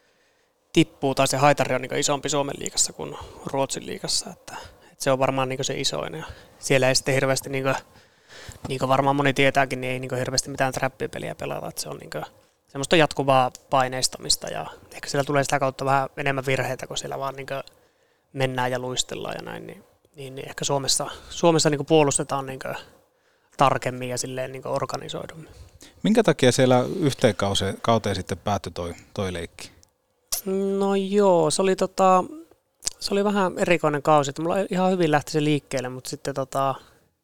tippuu tai se haitari on niinku isompi Suomen liigassa kuin Ruotsin liigassa. Että, että se on varmaan niinku se isoin. Ja siellä ei sitten hirveästi, niinku, niin kuin varmaan moni tietääkin, niin ei niinku hirveästi mitään trappipeliä pelata. Että se on niinku semmoista jatkuvaa paineistamista ja ehkä siellä tulee sitä kautta vähän enemmän virheitä, kun siellä vaan niinku mennään ja luistellaan ja näin. Niin Niin, niin ehkä Suomessa, Suomessa niin puolustetaan niin tarkemmin ja silleen niin organisoidummin.
Minkä takia siellä yhteen kauteen, kauteen sitten päättyi toi, toi leikki?
No joo, se oli, tota, se oli vähän erikoinen kausi. Että mulla ihan hyvin lähti se liikkeelle, mutta sitten tota,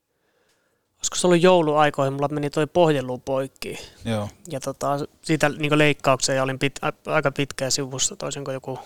olisiko se ollut jouluaikoihin, mulla meni toi pohjeluu poikki.
Joo. Ja
tota, siitä niin leikkaukseen ja olin pit, aika pitkään sivussa, toisin kuin joku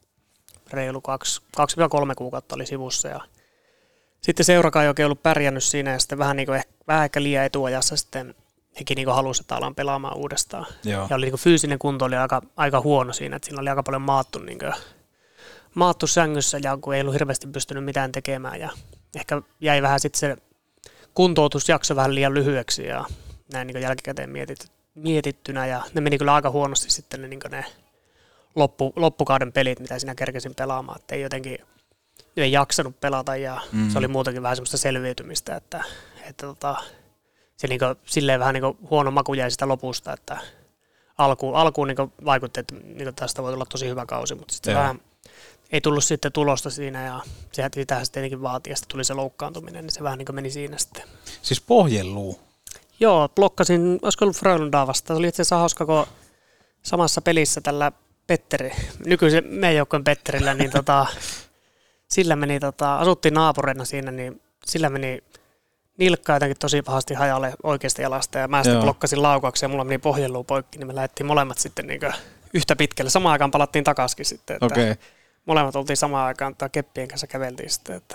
reilu kaksi, kaksi kolme kuukautta oli sivussa ja sitten seurakaan ei oikein ollut pärjännyt siinä ja sitten vähän, niin kuin ehkä, vähän ehkä liian etuajassa sitten hekin niin halusi, että alan pelaamaan uudestaan. Joo. Ja oli niin fyysinen kunto oli aika, aika huono siinä, että siinä oli aika paljon maattu, niin kuin, maattu sängyssä ja kun ei ollut hirveästi pystynyt mitään tekemään ja ehkä jäi vähän sitten se kuntoutusjakso vähän liian lyhyeksi ja näin niin jälkikäteen mietit, mietittynä ja ne meni kyllä aika huonosti sitten ne, niin ne loppu, loppukauden pelit, mitä siinä kerkesin pelaamaan, että ei jotenkin ei jaksanut pelata ja mm. se oli muutenkin vähän semmoista selviytymistä, että, että tota, se niinku, silleen vähän niinku huono maku jäi sitä lopusta, että alkuun, alkuun niinku vaikutti, että niinku tästä voi tulla tosi hyvä kausi, mutta sitten vähän ei tullut sitten tulosta siinä ja sehän sitähän se tietenkin vaatii ja sitten tuli se loukkaantuminen, niin se vähän niinku meni siinä sitten.
Siis pohjeluu?
Joo, blokkasin, olisiko ollut Frölundaa vastaan, se oli itse asiassa hauska, kun samassa pelissä tällä Petteri, nykyisen meidän joukkojen Petterillä, niin tota, sillä meni, tota, asuttiin naapureina siinä, niin sillä meni nilkka jotenkin tosi pahasti hajalle oikeasta jalasta ja mä sitten Joo. blokkasin laukauksen ja mulla meni pohjeluu poikki, niin me lähdettiin molemmat sitten niin yhtä pitkälle. Samaan aikaan palattiin takaisin sitten, että okay. molemmat oltiin samaan aikaan tai keppien kanssa käveltiin sitten, että,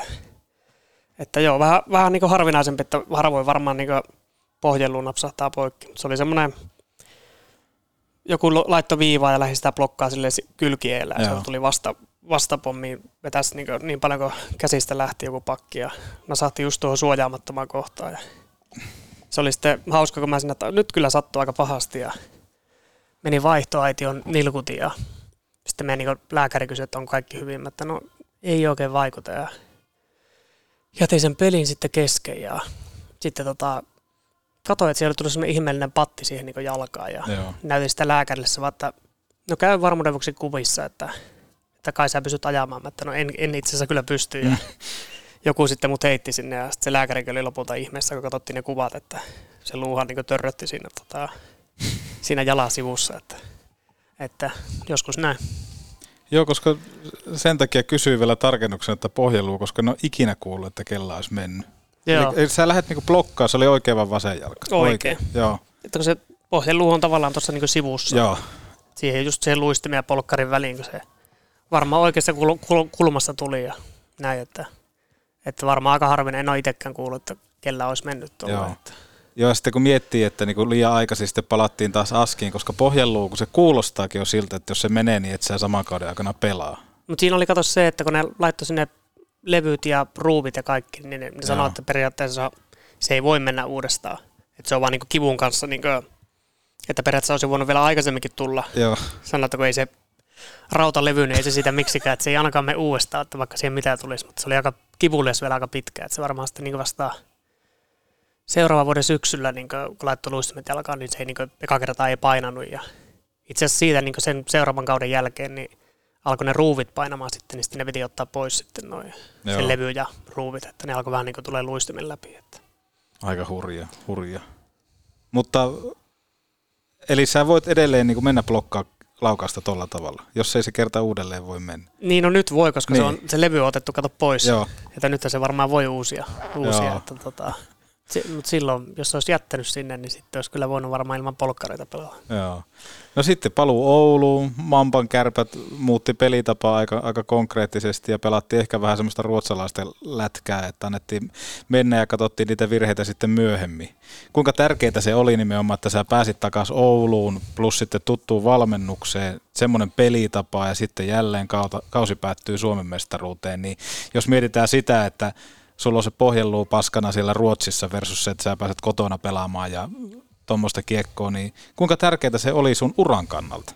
että joo, vähän, vähän niin kuin harvinaisempi, että harvoin varmaan niin pohjeluu napsahtaa poikki. Se oli semmoinen, joku laittoi viivaa ja lähti sitä blokkaa silleen kylkieellä ja se tuli vasta vastapommiin vetäisi niin, niin paljon kuin käsistä lähti joku pakki ja nasahti just tuohon suojaamattomaan kohtaan. Ja se oli sitten hauska, kun mä sinä, että nyt kyllä sattui aika pahasti ja meni vaihtoaition nilkutin ja sitten meni niin lääkäri kysyi, että on kaikki hyvin, että no ei oikein vaikuta ja jätin sen pelin sitten kesken ja sitten tota, katsoin, että siellä oli tullut sellainen ihmeellinen patti siihen niin jalkaan ja Joo. näytin sitä lääkärille se vaan, että no käy varmuuden vuoksi kuvissa, että että kai sä pysyt ajamaan, että no en, en itse asiassa kyllä pysty. Ja joku sitten mut heitti sinne ja sitten se lääkärikin oli lopulta ihmeessä, kun katsottiin ne kuvat, että se luuhan niin törrötti siinä, tota, siinä jalasivussa, että, että joskus näin.
Joo, koska sen takia kysyin vielä tarkennuksen, että pohjeluu, koska en ole ikinä kuullut, että kella olisi mennyt. Joo. Eli sä lähdet niinku blokkaan, se oli oikein vai vasen jalka?
Oikein.
Oikein. Joo.
Että kun se pohjeluu on tavallaan tuossa niinku sivussa. Joo. Siihen just siihen luistimen ja polkkarin väliin, kun se varmaan oikeassa kulmassa tuli ja näin, että Että varmaan aika harvinainen, en ole itsekään kuullut, että kellä olisi mennyt tuolla.
Joo. Joo, sitten kun miettii, että niinku liian aikaisin sitten palattiin taas askiin, koska pohjalluu, kun se kuulostaakin jo siltä, että jos se menee, niin et sä saman kauden aikana pelaa.
Mutta siinä oli kato se, että kun ne laittoi sinne levyt ja ruuvit ja kaikki, niin ne, ne sanoo, että periaatteessa se ei voi mennä uudestaan. Että se on vaan niinku kivun kanssa, niinku, että periaatteessa olisi voinut vielä aikaisemminkin tulla.
Joo.
Sanotaan, että kun ei se rautalevy, niin ei se siitä miksikään, että se ei ainakaan mene uudestaan, että vaikka siihen mitään tulisi. Mutta se oli aika kivulias vielä aika pitkä, että se varmaan sitten niinku vastaa seuraavan vuoden syksyllä, niin kun laittoi luistimet jalkaan, niin se ei niin eka kertaa ei painanut. Ja itse asiassa siitä niin sen seuraavan kauden jälkeen niin alkoi ne ruuvit painamaan sitten, niin sitten ne piti ottaa pois sitten noin sen levy ja ruuvit, että ne alkoi vähän niin kuin tulee luistimen läpi. Että.
Aika hurja, hurja. Mutta eli sä voit edelleen niin kuin mennä blokkaa laukasta tolla tavalla, jos ei se kerta uudelleen voi mennä.
Niin, no nyt voi, koska
niin.
se, on, se levy on otettu, kato pois.
Joo.
Että nyt se varmaan voi uusia. uusia että, tota, mutta silloin, jos olisi jättänyt sinne, niin sitten olisi kyllä voinut varmaan ilman polkkareita pelata.
Joo. No sitten paluu Ouluun, Mampan Kärpät muutti pelitapaa aika, aika konkreettisesti ja pelattiin ehkä vähän semmoista ruotsalaisten lätkää, että annettiin mennä ja katsottiin niitä virheitä sitten myöhemmin. Kuinka tärkeää se oli nimenomaan, että sä pääsit takaisin Ouluun plus sitten tuttuun valmennukseen, semmoinen pelitapa ja sitten jälleen kauta, kausi päättyy Suomen mestaruuteen, niin jos mietitään sitä, että sulla on se pohjelluu paskana siellä Ruotsissa versus se, että sä pääset kotona pelaamaan ja tuommoista kiekkoa, niin kuinka tärkeää se oli sun uran kannalta?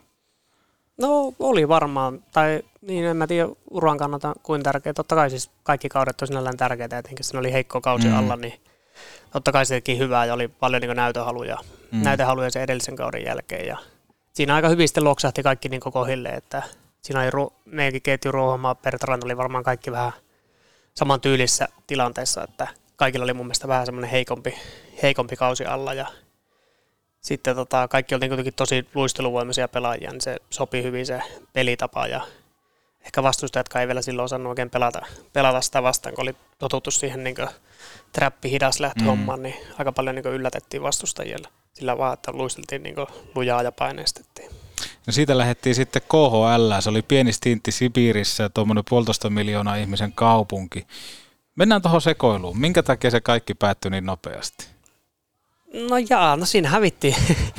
No oli varmaan, tai niin en mä tiedä uran kannalta kuin tärkeää. Totta kai siis kaikki kaudet on sinällään tärkeitä, etenkin siinä oli heikko kausi mm. alla, niin totta kai se teki hyvää ja oli paljon niin näytöhaluja, mm. näytöhaluja sen edellisen kauden jälkeen. Ja siinä aika hyvin sitten loksahti kaikki niin kohilleen, että siinä oli ru- meidänkin ketju Ruohomaa, Bertrand oli varmaan kaikki vähän saman tyylissä tilanteessa, että kaikilla oli mun mielestä vähän semmoinen heikompi, heikompi kausi alla ja sitten tota, kaikki oltiin kuitenkin tosi luisteluvoimaisia pelaajia, niin se sopi hyvin se pelitapa ja ehkä vastustajat, jotka ei vielä silloin osannut oikein pelata, pelata sitä vastaan, kun oli totuttu siihen niin trappi hidas lähtöhommaan, mm. niin aika paljon niin yllätettiin vastustajille sillä vaan, että luisteltiin niin lujaa ja paineistettiin.
No siitä lähdettiin sitten K H L, se oli pieni stintti Sibirissä ja tuommoinen puolitoista miljoonaa ihmisen kaupunki. Mennään tuohon sekoiluun. Minkä takia se kaikki päättyi niin nopeasti?
No jaa, no siinä hävittiin.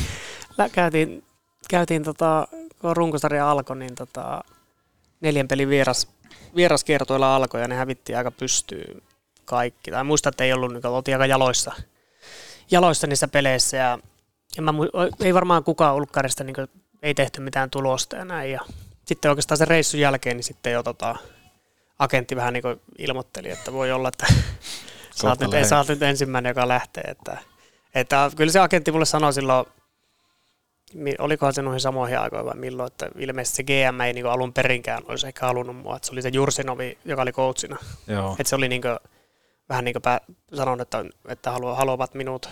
käytiin, käytiin tota, kun runkosarja alkoi, niin tota, neljän pelin vieras, vieraskiertoilla alkoi ja ne hävittiin aika pystyyn kaikki. Tai muista, että ei ollut, niin oltiin aika jaloissa, jaloissa niissä peleissä ja en mä, ei varmaan kukaan ulkkarista niin ei tehty mitään tulosta ja näin. Ja sitten oikeastaan sen reissun jälkeen niin sitten jo tota, agentti vähän niin ilmoitteli, että voi olla, että sä oot, nyt, sä oot nyt ensimmäinen, joka lähtee. Että, että kyllä se agentti mulle sanoi silloin, olikohan se noihin samoihin aikoihin vai milloin, että ilmeisesti se G M ei niin alun perinkään olisi ehkä halunnut mua, että se oli se Jursinovi, joka oli coachina. Joo. Että se oli niin kuin, vähän niin kuin pää, sanonut, että, että haluavat minut.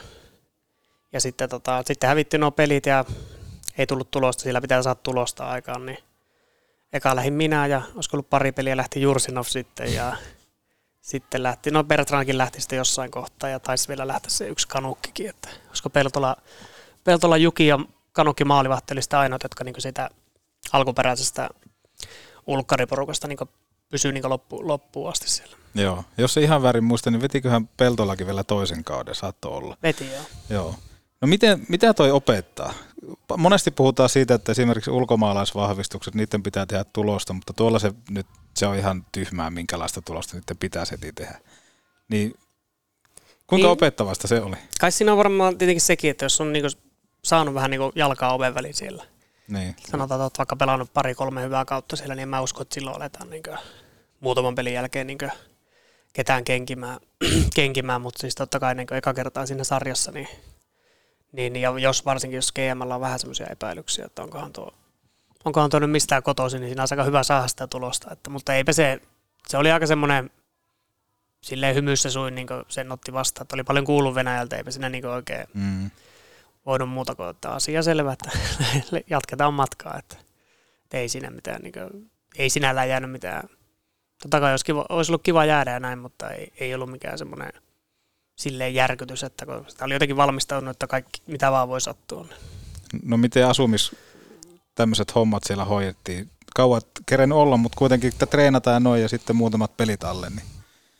Ja sitten, tota, sitten hävitti nuo pelit ja ei tullut tulosta, sillä pitää saada tulosta aikaan, niin eka lähdin minä ja olisiko ollut pari peliä, lähti Jursinov sitten ja sitten lähti, no Bertrandkin lähti sitten jossain kohtaa ja taisi vielä lähteä se yksi Kanukkikin, että olisiko Peltola, Peltola Juki ja Kanukki maalivahteli sitä ainoat, jotka niin sitä alkuperäisestä ulkkariporukasta niin pysyy niin loppu, loppuun asti siellä.
Joo, jos ei ihan väärin muista, niin vetiköhän Peltolakin vielä toisen kauden, saattoi olla.
Veti joo.
Joo. No miten, mitä toi opettaa? Monesti puhutaan siitä, että esimerkiksi ulkomaalaisvahvistukset, niiden pitää tehdä tulosta, mutta tuolla se nyt se on ihan tyhmää, minkälaista tulosta niiden pitää heti tehdä. Niin kuinka niin, opettavasta se oli?
Kai siinä on varmaan tietenkin sekin, että jos on niinku saanut vähän niinku jalkaa oven väliin siellä. Niin. Sanotaan, että olet vaikka pelannut pari-kolme hyvää kautta siellä, niin en mä usko, että silloin aletaan niinku muutaman pelin jälkeen niinku ketään kenkimään, kenkimään, mutta siis totta kai niinku eka kertaa siinä sarjassa, niin Niin, ja jos varsinkin, jos G M:llä on vähän semmoisia epäilyksiä, että onkohan tuo, onkohan tuo nyt mistään kotoisin, niin siinä on aika hyvä saada sitä tulosta. Että, mutta eipä se, se oli aika semmoinen, silleen hymyssä suin, niin kuin sen otti vastaan, että oli paljon kuullut Venäjältä, eipä siinä niin oikein mm. voinut muuta kuin ottaa asia selvä, että jatketaan matkaa, että, että ei siinä mitään, niin kuin, ei sinällään jäänyt mitään. Totta kai olisi, kiva, olisi ollut kiva jäädä ja näin, mutta ei, ei ollut mikään semmoinen silleen järkytys, että kun sitä oli jotenkin valmistautunut, että kaikki mitä vaan voi sattua.
No miten asumis tämmöiset hommat siellä hoidettiin? Kauan kerennyt olla, mutta kuitenkin että treenataan noin ja sitten muutamat pelit alle. Niin,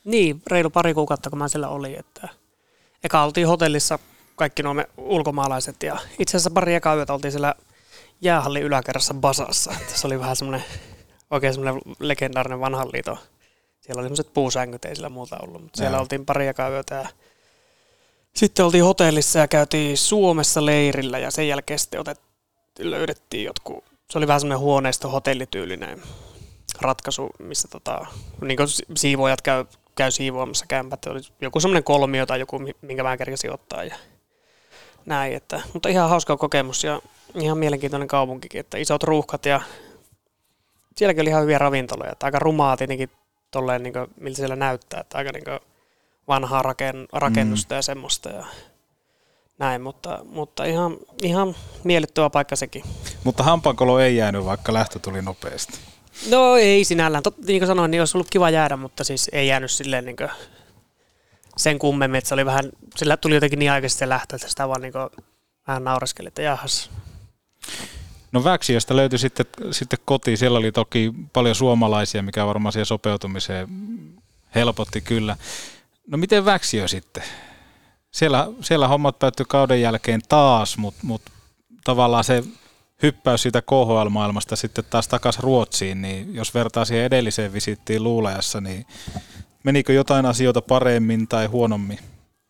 Niin, reilu pari kuukautta, kun mä siellä olin. Että eka oltiin hotellissa kaikki nuo me ulkomaalaiset ja itse asiassa pari eka yötä oltiin siellä jäähallin yläkerrassa Basassa. Että se oli vähän semmoinen, oikein semmoinen legendaarinen vanhan liiton. Siellä oli semmoiset puusängyt, ei sillä muuta ollut, mutta siellä oltiin pari eka yötä ja sitten oltiin hotellissa ja käytiin Suomessa leirillä ja sen jälkeen sitten otet, löydettiin jotkut, se oli vähän semmoinen huoneisto hotellityylinen ratkaisu, missä tota, niin kuin siivoojat käy, käy siivoamassa kämpät. Oli joku semmoinen kolmio tai joku, minkä mä kerkesin ottaa ja näin. Että, mutta ihan hauska kokemus ja ihan mielenkiintoinen kaupunkikin, että isot ruuhkat ja sielläkin oli ihan hyviä ravintoloja. Että aika rumaa tietenkin tolleen, niin kuin, miltä siellä näyttää, että aika niin kuin vanhaa raken, rakennusta mm. ja semmoista ja näin, mutta, mutta ihan, ihan miellyttävä paikka sekin.
Mutta hampaankolo ei jäänyt, vaikka lähtö tuli nopeasti.
No ei sinällään. Tot, niin kuin sanoin, niin olisi ollut kiva jäädä, mutta siis ei jäänyt silleen niin kuin sen kummemmin, että se oli vähän, sillä tuli jotenkin niin aikaisesti se lähtö, että sitä vaan niin kuin vähän naureskeli, että jahas.
No Väksiöstä löytyi sitten, sitten koti. Siellä oli toki paljon suomalaisia, mikä varmaan siihen sopeutumiseen helpotti kyllä. No miten Väksiö sitten? Siellä, siellä hommat päättyi kauden jälkeen taas, mutta mut tavallaan se hyppäys siitä K H L-maailmasta sitten taas takaisin Ruotsiin, niin jos vertaa siihen edelliseen visittiin Luulajassa, niin menikö jotain asioita paremmin tai huonommin?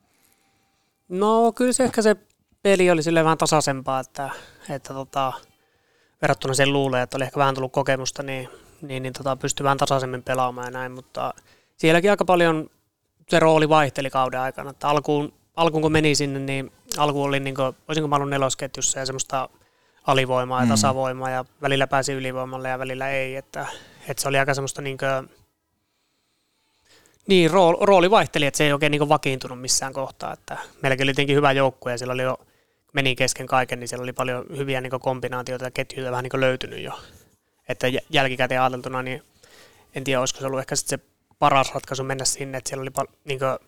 No kyllä se ehkä se peli oli silleen vähän tasaisempaa, että, että tota, verrattuna sen Luuleen, että oli ehkä vähän tullut kokemusta, niin, niin, niin tota, pystyi vähän tasaisemmin pelaamaan ja näin, mutta sielläkin aika paljon se rooli vaihteli kauden aikana, että alkuun, alkuun kun meni sinne, niin alkuun oli niin kuin, olisinko mä ollut nelosketjussa ja semmoista alivoimaa ja mm. tasavoimaa ja välillä pääsi ylivoimalle ja välillä ei, että, että se oli aika semmoista niin kuin, niin rooli, rooli vaihteli, että se ei oikein niin kuin vakiintunut missään kohtaa, että meilläkin oli tietenkin hyvä joukkue ja siellä oli jo, meni kesken kaiken, niin siellä oli paljon hyviä niin kuin kombinaatioita ja ketjuja vähän niin kuin löytynyt jo, että jälkikäteen ajateltuna, niin en tiedä, olisiko se ollut ehkä sitten se paras ratkaisu mennä sinne, että siellä oli pal- niin kuin,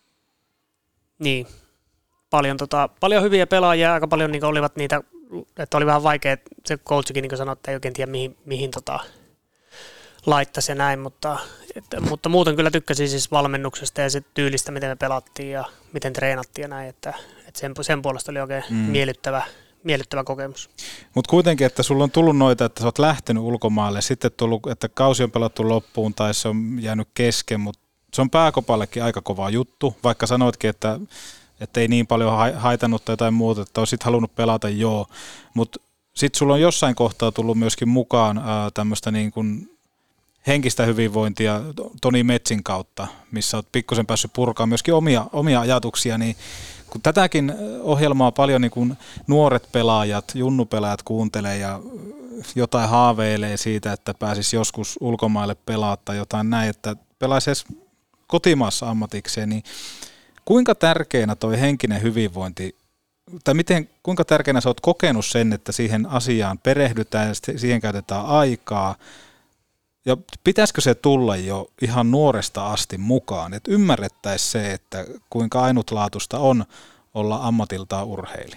niin, paljon, tota, paljon hyviä pelaajia, aika paljon niin olivat niitä, että oli vähän vaikea, se coachikin niin sanoi, että ei oikein tiedä mihin, mihin tota, laittaisi ja näin, mutta, että, mutta muuten kyllä tykkäsin siis valmennuksesta ja sit tyylistä, miten me pelattiin ja miten treenattiin ja näin, että, että sen, sen puolesta oli oikein mm. miellyttävä, miellyttävä kokemus.
Mutta kuitenkin, että sulla on tullut noita, että sä oot lähtenyt ulkomaille, sitten tullut, että kausi on pelattu loppuun tai se on jäänyt kesken, mutta se on pääkopallekin aika kova juttu, vaikka sanoitkin, että että ei niin paljon haitannut tai jotain muuta, että olisit halunnut pelata, joo. Mutta sitten sulla on jossain kohtaa tullut myöskin mukaan ää, tämmöistä niin kuin henkistä hyvinvointia Toni Metsin kautta, missä olet pikkusen päässyt purkaa myöskin omia, omia ajatuksia, niin kun tätäkin ohjelmaa paljon niin kuin nuoret pelaajat, junnupelaajat kuuntelee ja jotain haaveilee siitä, että pääsisi joskus ulkomaille pelaa tai jotain näin, että pelaisi edes kotimaassa ammatikseen, niin kuinka tärkeänä toi henkinen hyvinvointi, tai miten, kuinka tärkeänä sä oot kokenut sen, että siihen asiaan perehdytään ja siihen käytetään aikaa, ja pitäisikö se tulla jo ihan nuoresta asti mukaan, että ymmärrettäisiin se, että kuinka ainutlaatuista on olla ammatiltaan urheilija?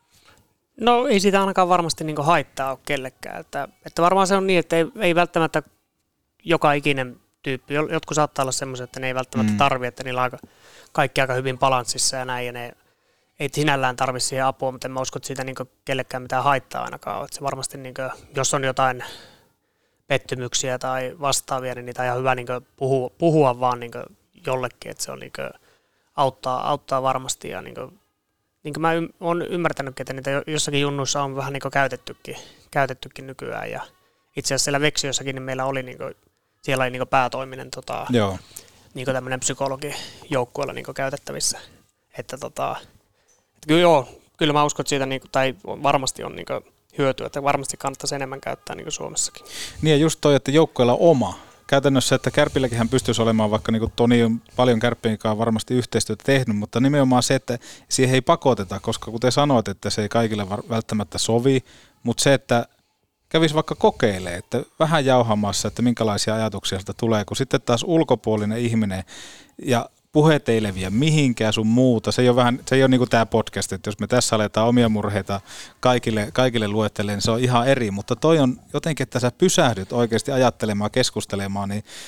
No ei sitä ainakaan varmasti niin kuin haittaa ole kellekään, että, että varmaan se on niin, että ei, ei välttämättä joka ikinen tyyppi, jotkut saattaa olla semmoisia, että ne ei välttämättä mm. tarvitse, että niillä on aika, kaikki aika hyvin balanssissa ja näin, ja ne ei sinällään tarvitse siihen apua, mutta en mä usko, että siitä niin kellekään mitään haittaa ainakaan ole. Että se varmasti, niin kuin, jos on jotain pettymyksiä tai vastaavia, niin niitä on ihan hyvä niin puhua, puhua vaan niin jollekin, että se on niin auttaa, auttaa varmasti. Ja niin kuin, niin kuin mä olen ymmärtänyt, että niitä jossakin junnuissa on vähän niin käytettykin, käytettykin nykyään, ja itse asiassa siellä Veksiössäkin niin meillä oli niin kuin, siellä oli niin päätoiminen tota, niin tämmöinen psykologi joukkueella niin käytettävissä. Että, tota, että kyllä, joo, kyllä mä uskon, että siitä niin kuin, tai varmasti on niin kuin, hyötyä, että varmasti kannattaisi enemmän käyttää niin kuin Suomessakin.
Niin ja just toi, että joukkueella on oma. Käytännössä, että Kärpilläkin hän pystyisi olemaan, vaikka niin kuin Toni on paljon Kärppien kanssa varmasti yhteistyötä tehnyt, mutta nimenomaan se, että siihen ei pakoteta, koska kuten sanoit, että se ei kaikille välttämättä sovi, mutta se, että kävisi vaikka kokeilemaan, että vähän jauhamassa, että minkälaisia ajatuksia sieltä tulee, kun sitten taas ulkopuolinen ihminen ja puheet ei leviä mihinkään sun muuta. Se ei ole, vähän, se ei ole niin kuin tämä podcast, että jos me tässä aletaan omia murheita kaikille, kaikille luettelemaan, niin se on ihan eri, mutta toi on jotenkin, että sä pysähdyt oikeasti ajattelemaan, keskustelemaan, niin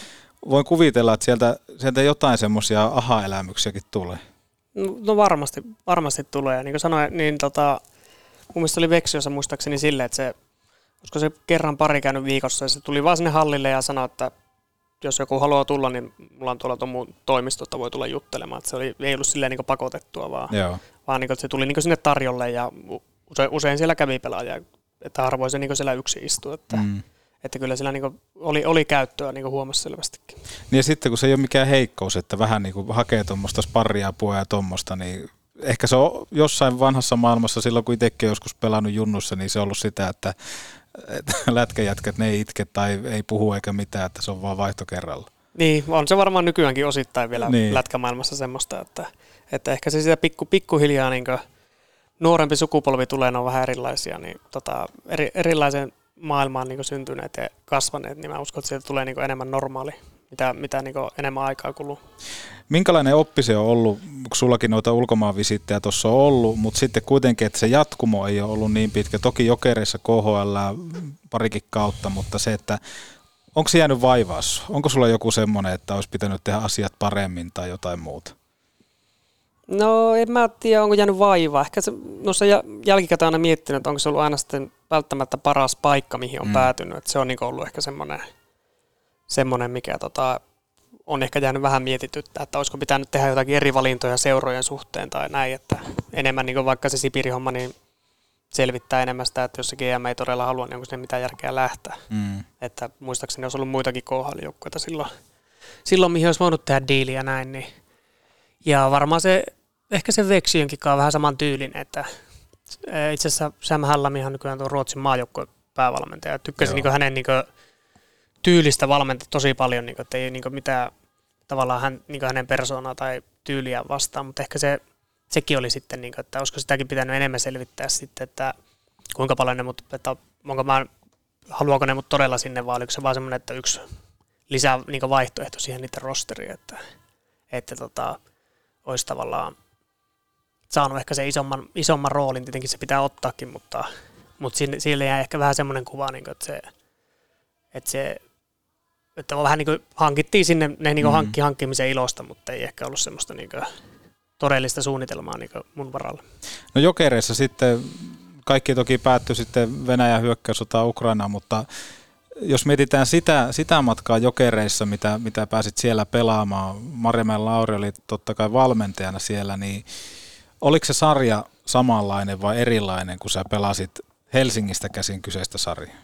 voin kuvitella, että sieltä, sieltä jotain semmoisia aha-elämyksiäkin tulee.
No varmasti, varmasti tulee. Ja niin kuin sanoin, niin tota, mun mielestä oli Veksiossa muistaakseni silleen, että se, koska se kerran pari käynyt viikossa ja se tuli vaan sinne hallille ja sanoi, että jos joku haluaa tulla, niin mulla on tuolla mun toimistosta, voi tulla juttelemaan. Että se oli, ei ollut silleen niin pakotettua, vaan, vaan niin kuin, että se tuli niin sinne tarjolle ja usein, usein siellä kävi pelaaja, että harvoin se niin siellä yksin istui. Että, mm. että kyllä siellä niin oli, oli käyttöä, niin huomasi selvästikin.
Niin ja sitten kun se ei ole mikään heikkous, että vähän niin hakee tuommoista sparria, puhua ja tuommoista, niin ehkä se on jossain vanhassa maailmassa, silloin kun itsekin joskus pelannut junnussa, niin se on ollut sitä, että lätkäjätkät, ne ei itke tai ei puhu eikä mitään, että se on vaan vaihto kerralla.
Niin, on se varmaan nykyäänkin osittain vielä niin. Lätkämaailmassa semmoista, että, että ehkä se sitä pikku, pikkuhiljaa niin nuorempi sukupolvi tulee, ne on vähän erilaisia, niin tota, eri, erilaisen maailmaan niin syntyneet ja kasvaneet, niin mä uskon, että siitä tulee niin enemmän normaali, mitä, mitä niin enemmän aikaa kuluu.
Minkälainen oppi se on ollut, kun sullakin noita ulkomaanvisittejä tuossa on ollut, mutta sitten kuitenkin, että se jatkumo ei ole ollut niin pitkä. Toki Jokereissa K H L parikin kautta, mutta se, että onko se jäänyt vaivaa? Onko sulla joku semmoinen, että olisi pitänyt tehdä asiat paremmin tai jotain muuta?
No en mä tiedä, onko jäänyt vaivaa. Ehkä se, no se jälkikäteen aina miettinyt, että onko se ollut aina sitten välttämättä paras paikka, mihin on mm. päätynyt. Että se on niin ollut ehkä semmoinen, semmoinen mikä tota, on ehkä jäänyt vähän mietityttää, että olisiko pitänyt tehdä jotakin eri valintoja seurojen suhteen tai näin. Että enemmän niin vaikka se Sipiri-homma, niin selvittää enemmän sitä, että jos se G M ei todella halua, niin onko sinne mitään järkeä lähteä. Mm. Että muistaakseni olisi ollut muitakin K H L-joukkueita silloin, silloin, mihin olisi voinut tehdä diiliä näin. Niin. Ja varmaan se, ehkä se Veksionkin on vähän saman tyylin, että itse asiassa Sam Hallamihan nykyään tuon Ruotsin maajoukkueen päävalmentaja. Tykkäsin niin hänen niin kuin, tyylistä valmentaa tosi paljon, niin kuin, että ei niin kuin, mitään tavallaan hän, niin kuin hänen persoonaa tai tyyliä vastaan, mutta ehkä se sekin oli sitten, niin kuin, että olisiko sitäkin pitänyt enemmän selvittää sitten, että kuinka paljon ne mut, että onko mä, haluaako ne mut todella sinne, vai oliko se vaan semmoinen, että yksi lisää niin vaihtoehto siihen niiden rosteriin, että, että tota, olisi tavallaan saanut ehkä se isomman, isomman roolin, tietenkin se pitää ottaakin, mutta, mutta sille jää ehkä vähän semmoinen kuva, niin kuin, että se, että se että vähän niin kuin hankittiin sinne ne niin kuin mm. hankki hankkimisen ilosta, mutta ei ehkä ollut semmoista niin kuin todellista suunnitelmaa niin kuin mun varalle.
No Jokereissa sitten kaikki toki päättyi sitten Venäjän hyökkäyssotaan Ukrainaan, mutta jos mietitään sitä, sitä matkaa Jokereissa, mitä, mitä pääsit siellä pelaamaan, Marjamäen Lauri oli totta kai valmentajana siellä, niin oliko se sarja samanlainen vai erilainen, kun sä pelasit Helsingistä käsin kyseistä sarjaa?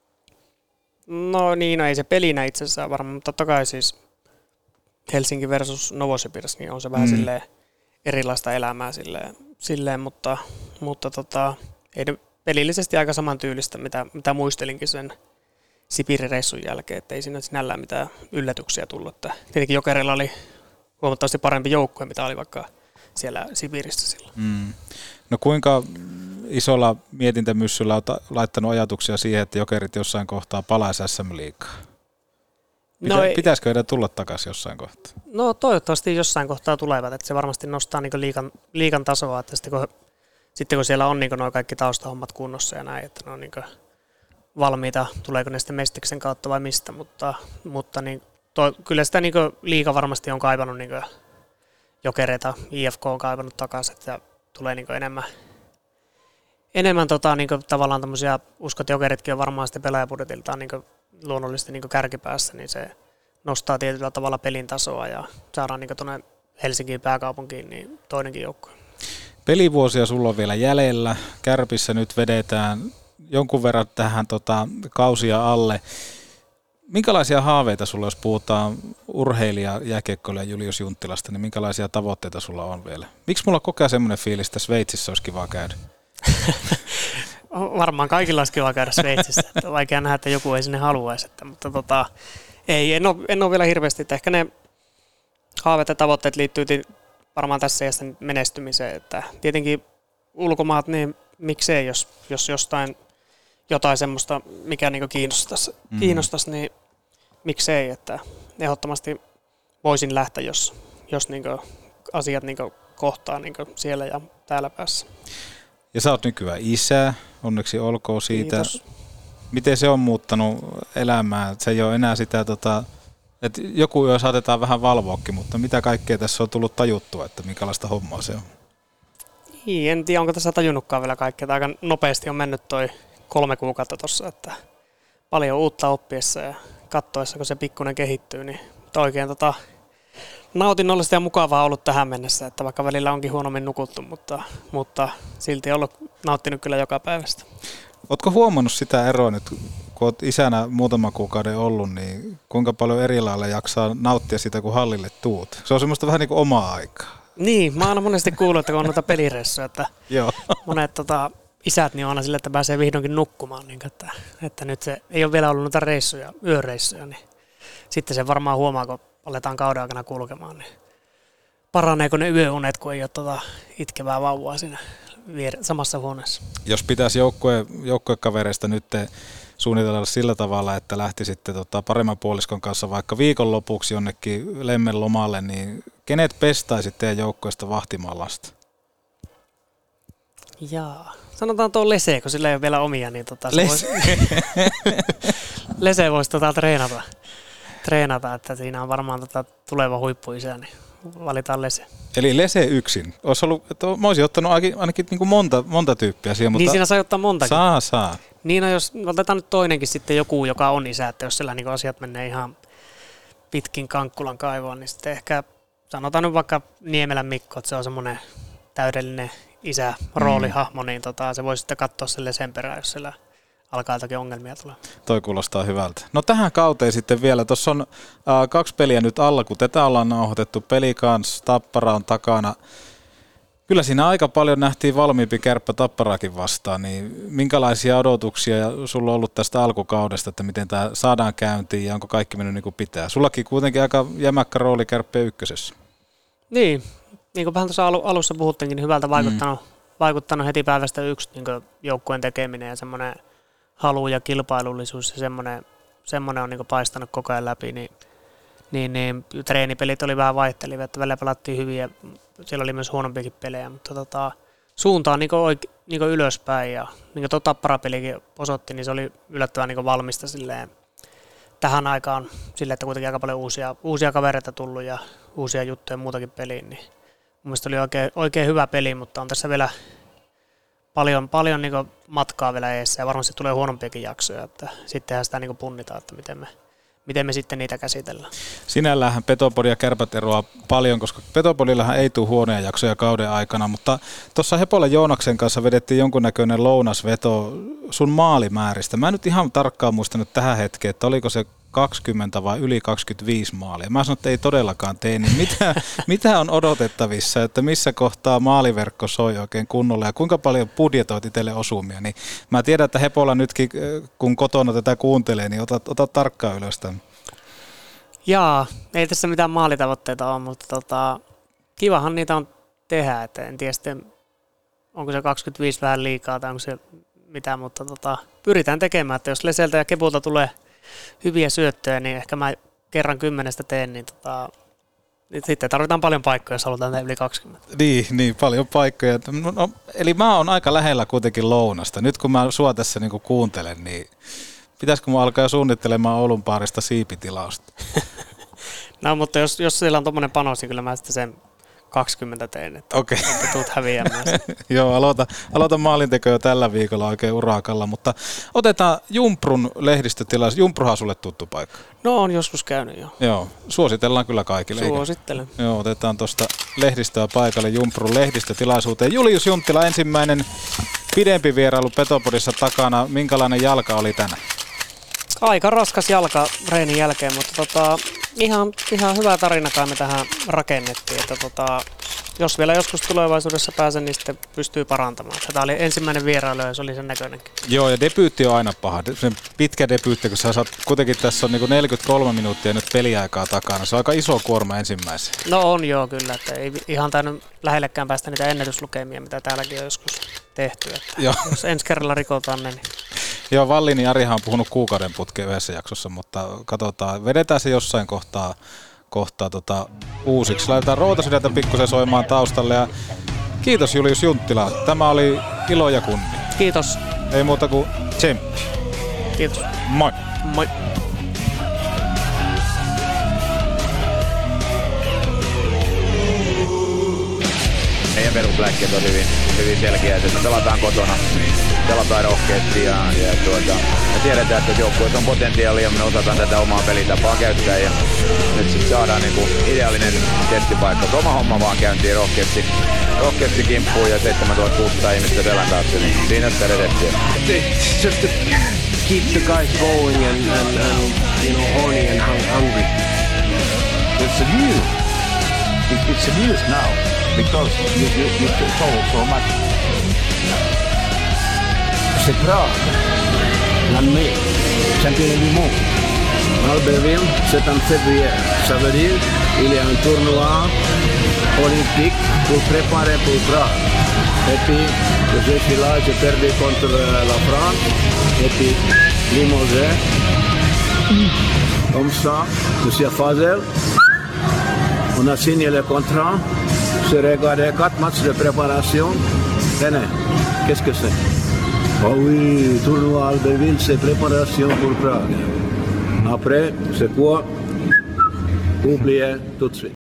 No niin, no ei se pelinä itse asiassa varmaan, mutta totta kai siis Helsinki versus Novosibirsk, niin on se vähän mm. silleen erilaista elämää silleen, silleen mutta, mutta tota, ei ne pelillisesti aika samantyylistä, mitä, mitä muistelinkin sen Sipiri-reissun jälkeen, että ei siinä sinällään mitään yllätyksiä tullut. Että tietenkin Jokerilla oli huomattavasti parempi joukkue, mitä oli vaikka siellä Sipirissä silloin. Mm.
No kuinka isolla mietintämyssyllä olet laittanut ajatuksia siihen, että Jokerit jossain kohtaa palaisi S M-liigaan? Pitä, no pitäisikö heidän tulla takaisin jossain kohtaa?
No toivottavasti jossain kohtaa tulevat, että se varmasti nostaa niin liigan, liigan tasoa, että sitten kun, sitten kun siellä on niin nuo kaikki taustahommat kunnossa ja näin, että ne on niin valmiita, tuleeko ne sitten Mestiksen kautta vai mistä, mutta, mutta niin, to, kyllä sitä niin liiga varmasti on kaivannut niin Jokereita, I F K on kaivannut takaisin, että tulee niin enemmän, enemmän tota, niin tavallaan tämmöisiä, uskon, että Jokeritkin on varmaan sitten pelaajabudjetiltaan niin luonnollisesti niin kärkipäässä, niin se nostaa tietyllä tavalla pelin tasoa ja saadaan niin tuonne Helsingin pääkaupunkiin niin toinenkin joukko.
Pelivuosia sulla on vielä jäljellä, Kärpissä nyt vedetään jonkun verran tähän tota, kausia alle. Minkälaisia haaveita sulla, jos puhutaan urheilija, jääkiekkoilija Julius Junttilasta, niin minkälaisia tavoitteita sulla on vielä? Miksi mulla koko ajan semmoinen fiilis, että Sveitsissä olisi kiva käydä?
Varmaan kaikilla olisi kiva käydä Sveitsissä. On vaikea nähdä, että joku ei sinne haluaisi. Että, mutta tota, ei, en ole, en ole vielä hirveästi. Että ehkä ne haaveet ja tavoitteet liittyy varmaan tässä iässä menestymiseen. Että tietenkin ulkomaat, niin miksei, jos, jos jostain jotain semmoista, mikä niin kiinnostaisi, mm. kiinnostaisi, niin miksei, että ehdottomasti voisin lähteä, jos, jos niin asiat niin kohtaa niin siellä ja täällä päässä.
Ja sä oot nykyään isä, onneksi olkoon siitä.
Kiitos.
Miten se on muuttanut elämää? Se ei ole enää sitä tota, Et joku yö saatetaan vähän valvoakin, mutta mitä kaikkea tässä on tullut tajuttua, että minkälaista hommaa se on?
Niin, en tiedä, onko tässä tajunnutkaan vielä kaikkea. Aika nopeasti on mennyt toi kolme kuukautta tuossa, että paljon uutta oppiessa ja katsoessa, kun se pikkuinen kehittyy, niin oikein tota, nautinnollista ja mukavaa ollut tähän mennessä, että vaikka välillä onkin huonommin nukuttu, mutta, mutta silti ollut nauttinut kyllä joka päivästä.
Ootko huomannut sitä eroa nyt, kun oot isänä muutama kuukauden ollut, niin kuinka paljon eri lailla jaksaa nauttia sitä, kun hallille tuut? Se on semmoista vähän niin kuin omaa aikaa.
Niin, mä oon aina monesti kuullut, että kun on noita pelireissuja, että
Joo.
monet tota, isät niin on aina sille, että pääsee vihdoinkin nukkumaan, niin että, että nyt se ei ole vielä ollut noita reissuja, yöreissuja, niin sitten se varmaan huomaa, kun aletaan kauden aikana kulkemaan, niin paraneeko ne yöunet, kun ei ole tota itkevää vauvaa siinä samassa huoneessa.
Jos pitäisi joukkue, joukkuekavereista nyt suunnitella sillä tavalla, että lähti sitten tota paremman puoliskon kanssa vaikka viikonlopuksi jonnekin lemmen lomalle, niin kenet pestaisit teidän joukkueesta vahtimaan lasta?
Jaa. Sanotaan tuo Lese, kun sillä ei ole vielä omia, niin tota,
Lese.
Vois, Lese voisi tota treenata, treenata, että siinä on varmaan tota tuleva huippuisä, niin valitaan Lese.
Eli Lese yksin. Olisi ollut, että mä olisin ottanut ainakin, ainakin niin kuin monta, monta tyyppiä siihen, mutta
niin siinä saa ottaa montakin.
Saa, saa.
Niin, no jos otetaan nyt toinenkin sitten joku, joka on isä, että jos siellä niin asiat menee ihan pitkin Kankkulan kaivoon, niin sitten ehkä sanotaan nyt vaikka Niemelän Mikko, että se on semmoinen täydellinen isä, roolihahmo, niin tota, se voi sitten katsoa sille sen perään, jos siellä alkaa jotakin ongelmia tulla.
Toi kuulostaa hyvältä. No tähän kauteen sitten vielä. Tuossa on äh, kaksi peliä nyt alla, kun tätä ollaan nauhoitettu. Peli kanssa, Tappara on takana. Kyllä siinä aika paljon nähtiin valmiimpi kärppä Tapparaakin vastaan, niin minkälaisia odotuksia sulla on ollut tästä alkukaudesta, että miten tämä saadaan käyntiin ja onko kaikki mennyt niin kuin pitää? Sullakin kuitenkin aika jämäkkä rooli Kärppien ykkösessä.
Niin, niin kuin vähän tuossa alussa puhuttiinkin, niin hyvältä vaikuttanut, mm. vaikuttanut heti päivästä yksi niin joukkueen tekeminen ja semmoinen halu ja kilpailullisuus ja semmoinen, semmoinen on niin paistanut koko ajan läpi, niin, niin, niin treenipelit oli vähän vaihtelivia, että välillä pelattiin hyvin ja siellä oli myös huonompiakin pelejä, mutta tota, suunta on niin oike, niin ylöspäin ja niin kuin tuo Tappara-pelikin osoitti, niin se oli yllättävän niin valmista silleen, tähän aikaan silleen, että kuitenkin aika paljon uusia, uusia kavereita tullut ja uusia juttuja muutakin peliin, niin mun mielestä oli oikein, oikein hyvä peli, mutta on tässä vielä paljon, paljon niin matkaa vielä eessä ja varmasti tulee huonompiakin jaksoja, että sittenhän sitä niin punnitaan, että miten me, miten me sitten niitä käsitellään.
Sinälläänhän Petopodi ja Kärpät eroaa paljon, koska Petopodillahan ei tule huonoja jaksoja kauden aikana, mutta tuossa Hepola Joonaksen kanssa vedettiin jonkunnäköinen lounasveto sun maalimääristä. Mä en nyt ihan tarkkaan muistanut tähän hetkeen, että oliko se kaksikymmentä vai yli kaksikymmentäviisi maalia. Mä sanoin, että ei todellakaan tee, niin mitä, mitä on odotettavissa, että missä kohtaa maaliverkko soi oikein kunnolla ja kuinka paljon budjetoit itselle osumia. Niin mä tiedän, että Hepola nytkin, kun kotona tätä kuuntelee, niin ota, ota tarkkaan ylös tämän.
Jaa, ei tässä mitään maalitavoitteita ole, mutta tota, kivahan niitä on tehdä, että en tiedä sitten, onko se kaksikymmentäviisi vähän liikaa tai onko se mitään, mutta tota, pyritään tekemään, että jos Leseltä ja Kepulta tulee hyviä syöttöjä, niin ehkä mä kerran kymmenestä teen, niin, tota, niin sitten tarvitaan paljon paikkoja, jos halutaan tehdä yli kaksikymmentä.
Niin, niin paljon paikkoja. No, eli mä oon aika lähellä kuitenkin lounasta. Nyt kun mä sua tässä niin kuin kuuntelen, niin pitäisikö mä alkaa suunnittelemaan Oulun baarista siipitilausta?
No, mutta jos, jos siellä on tommoinen panos, niin kyllä mä sitten sen kaksikymmentä teen, että,
okay.
että tuut häviämään.
Joo, aloita, aloita maalinteko jo tällä viikolla oikein urakalla, mutta otetaan Jumprun lehdistötilaisuus. Jumpruhan on sulle tuttu paikka.
No on joskus käynyt jo.
Joo, suositellaan kyllä kaikille.
Suosittelen.
Eikä? Joo, otetaan tuosta lehdistöä paikalle Jumprun lehdistötilaisuuteen. Julius Junttila, ensimmäinen pidempi vierailu Petopodissa takana. Minkälainen jalka oli tänään?
Aika raskas jalka reenin jälkeen, mutta tota, ihan, ihan hyvä tarinakaan me tähän rakennettiin. Että tota, jos vielä joskus tulevaisuudessa pääsen, niin sitten pystyy parantamaan. Tämä oli ensimmäinen vierailu ja se oli sen näköinenkin.
Joo, ja debyytti on aina paha. Se pitkä debyytti, kun sä saat, kuitenkin tässä on niin neljäkymmentäkolme minuuttia nyt peliaikaa takana. Se on aika iso kuorma ensimmäisen.
No on joo kyllä, että ei ihan tainnut lähellekään päästä niitä ennätyslukemia, mitä täälläkin on joskus tehty. Että
joo.
Jos ensi kerralla rikotaan ne, niin...
Joo, Vallini Jarihan on puhunut kuukauden putkeen yhdessä jaksossa, mutta katsotaan, vedetään se jossain kohtaa, kohtaa tota, uusiksi. Laitetaan Rootasydäntä pikkusen soimaan taustalle ja kiitos Julius Junttila. Tämä oli ilo ja kunnia.
Kiitos.
Ei muuta kuin tsemppi.
Kiitos.
Moi.
Moi.
meidän perusläkkeet on hyvin, hyvin selkeät, että me pelataan kotona, pelataan rohkeasti ja, ja tuota, me tiedetään, että joukkueessa on potentiaalia ja me osataan tätä omaa pelitapaa käyttää ja nyt sitten saadaan niinku ideaalinen testipaikka. Oma homma vaan käyntiin rohkeasti, rohkeasti kimppuun ja seitsemäntuhattakuusisataa ihmistä selän taakse, niin siinä sitä redettiä.
Just to keep the guys going and, and, and you know, horny and hungry.
It's a news. It, it's a news now because you, you, you told so much.
C'est Prague, l'année, championnat du monde. Albertville, c'est en février. Ça veut dire qu'il y a un tournoi olympique pour préparer pour Prague. Et puis, je suis là, j'ai perdu contre la France. Et puis, Limoges. Comme ça, monsieur Fazel, on a signé le contrat. J'ai regardé quatre matchs de préparation. Tenez, qu'est-ce que c'est? Oh oui, tournoi Albertville, c'est préparation pour Prague. Après, c'est quoi? Oubliez tout de suite.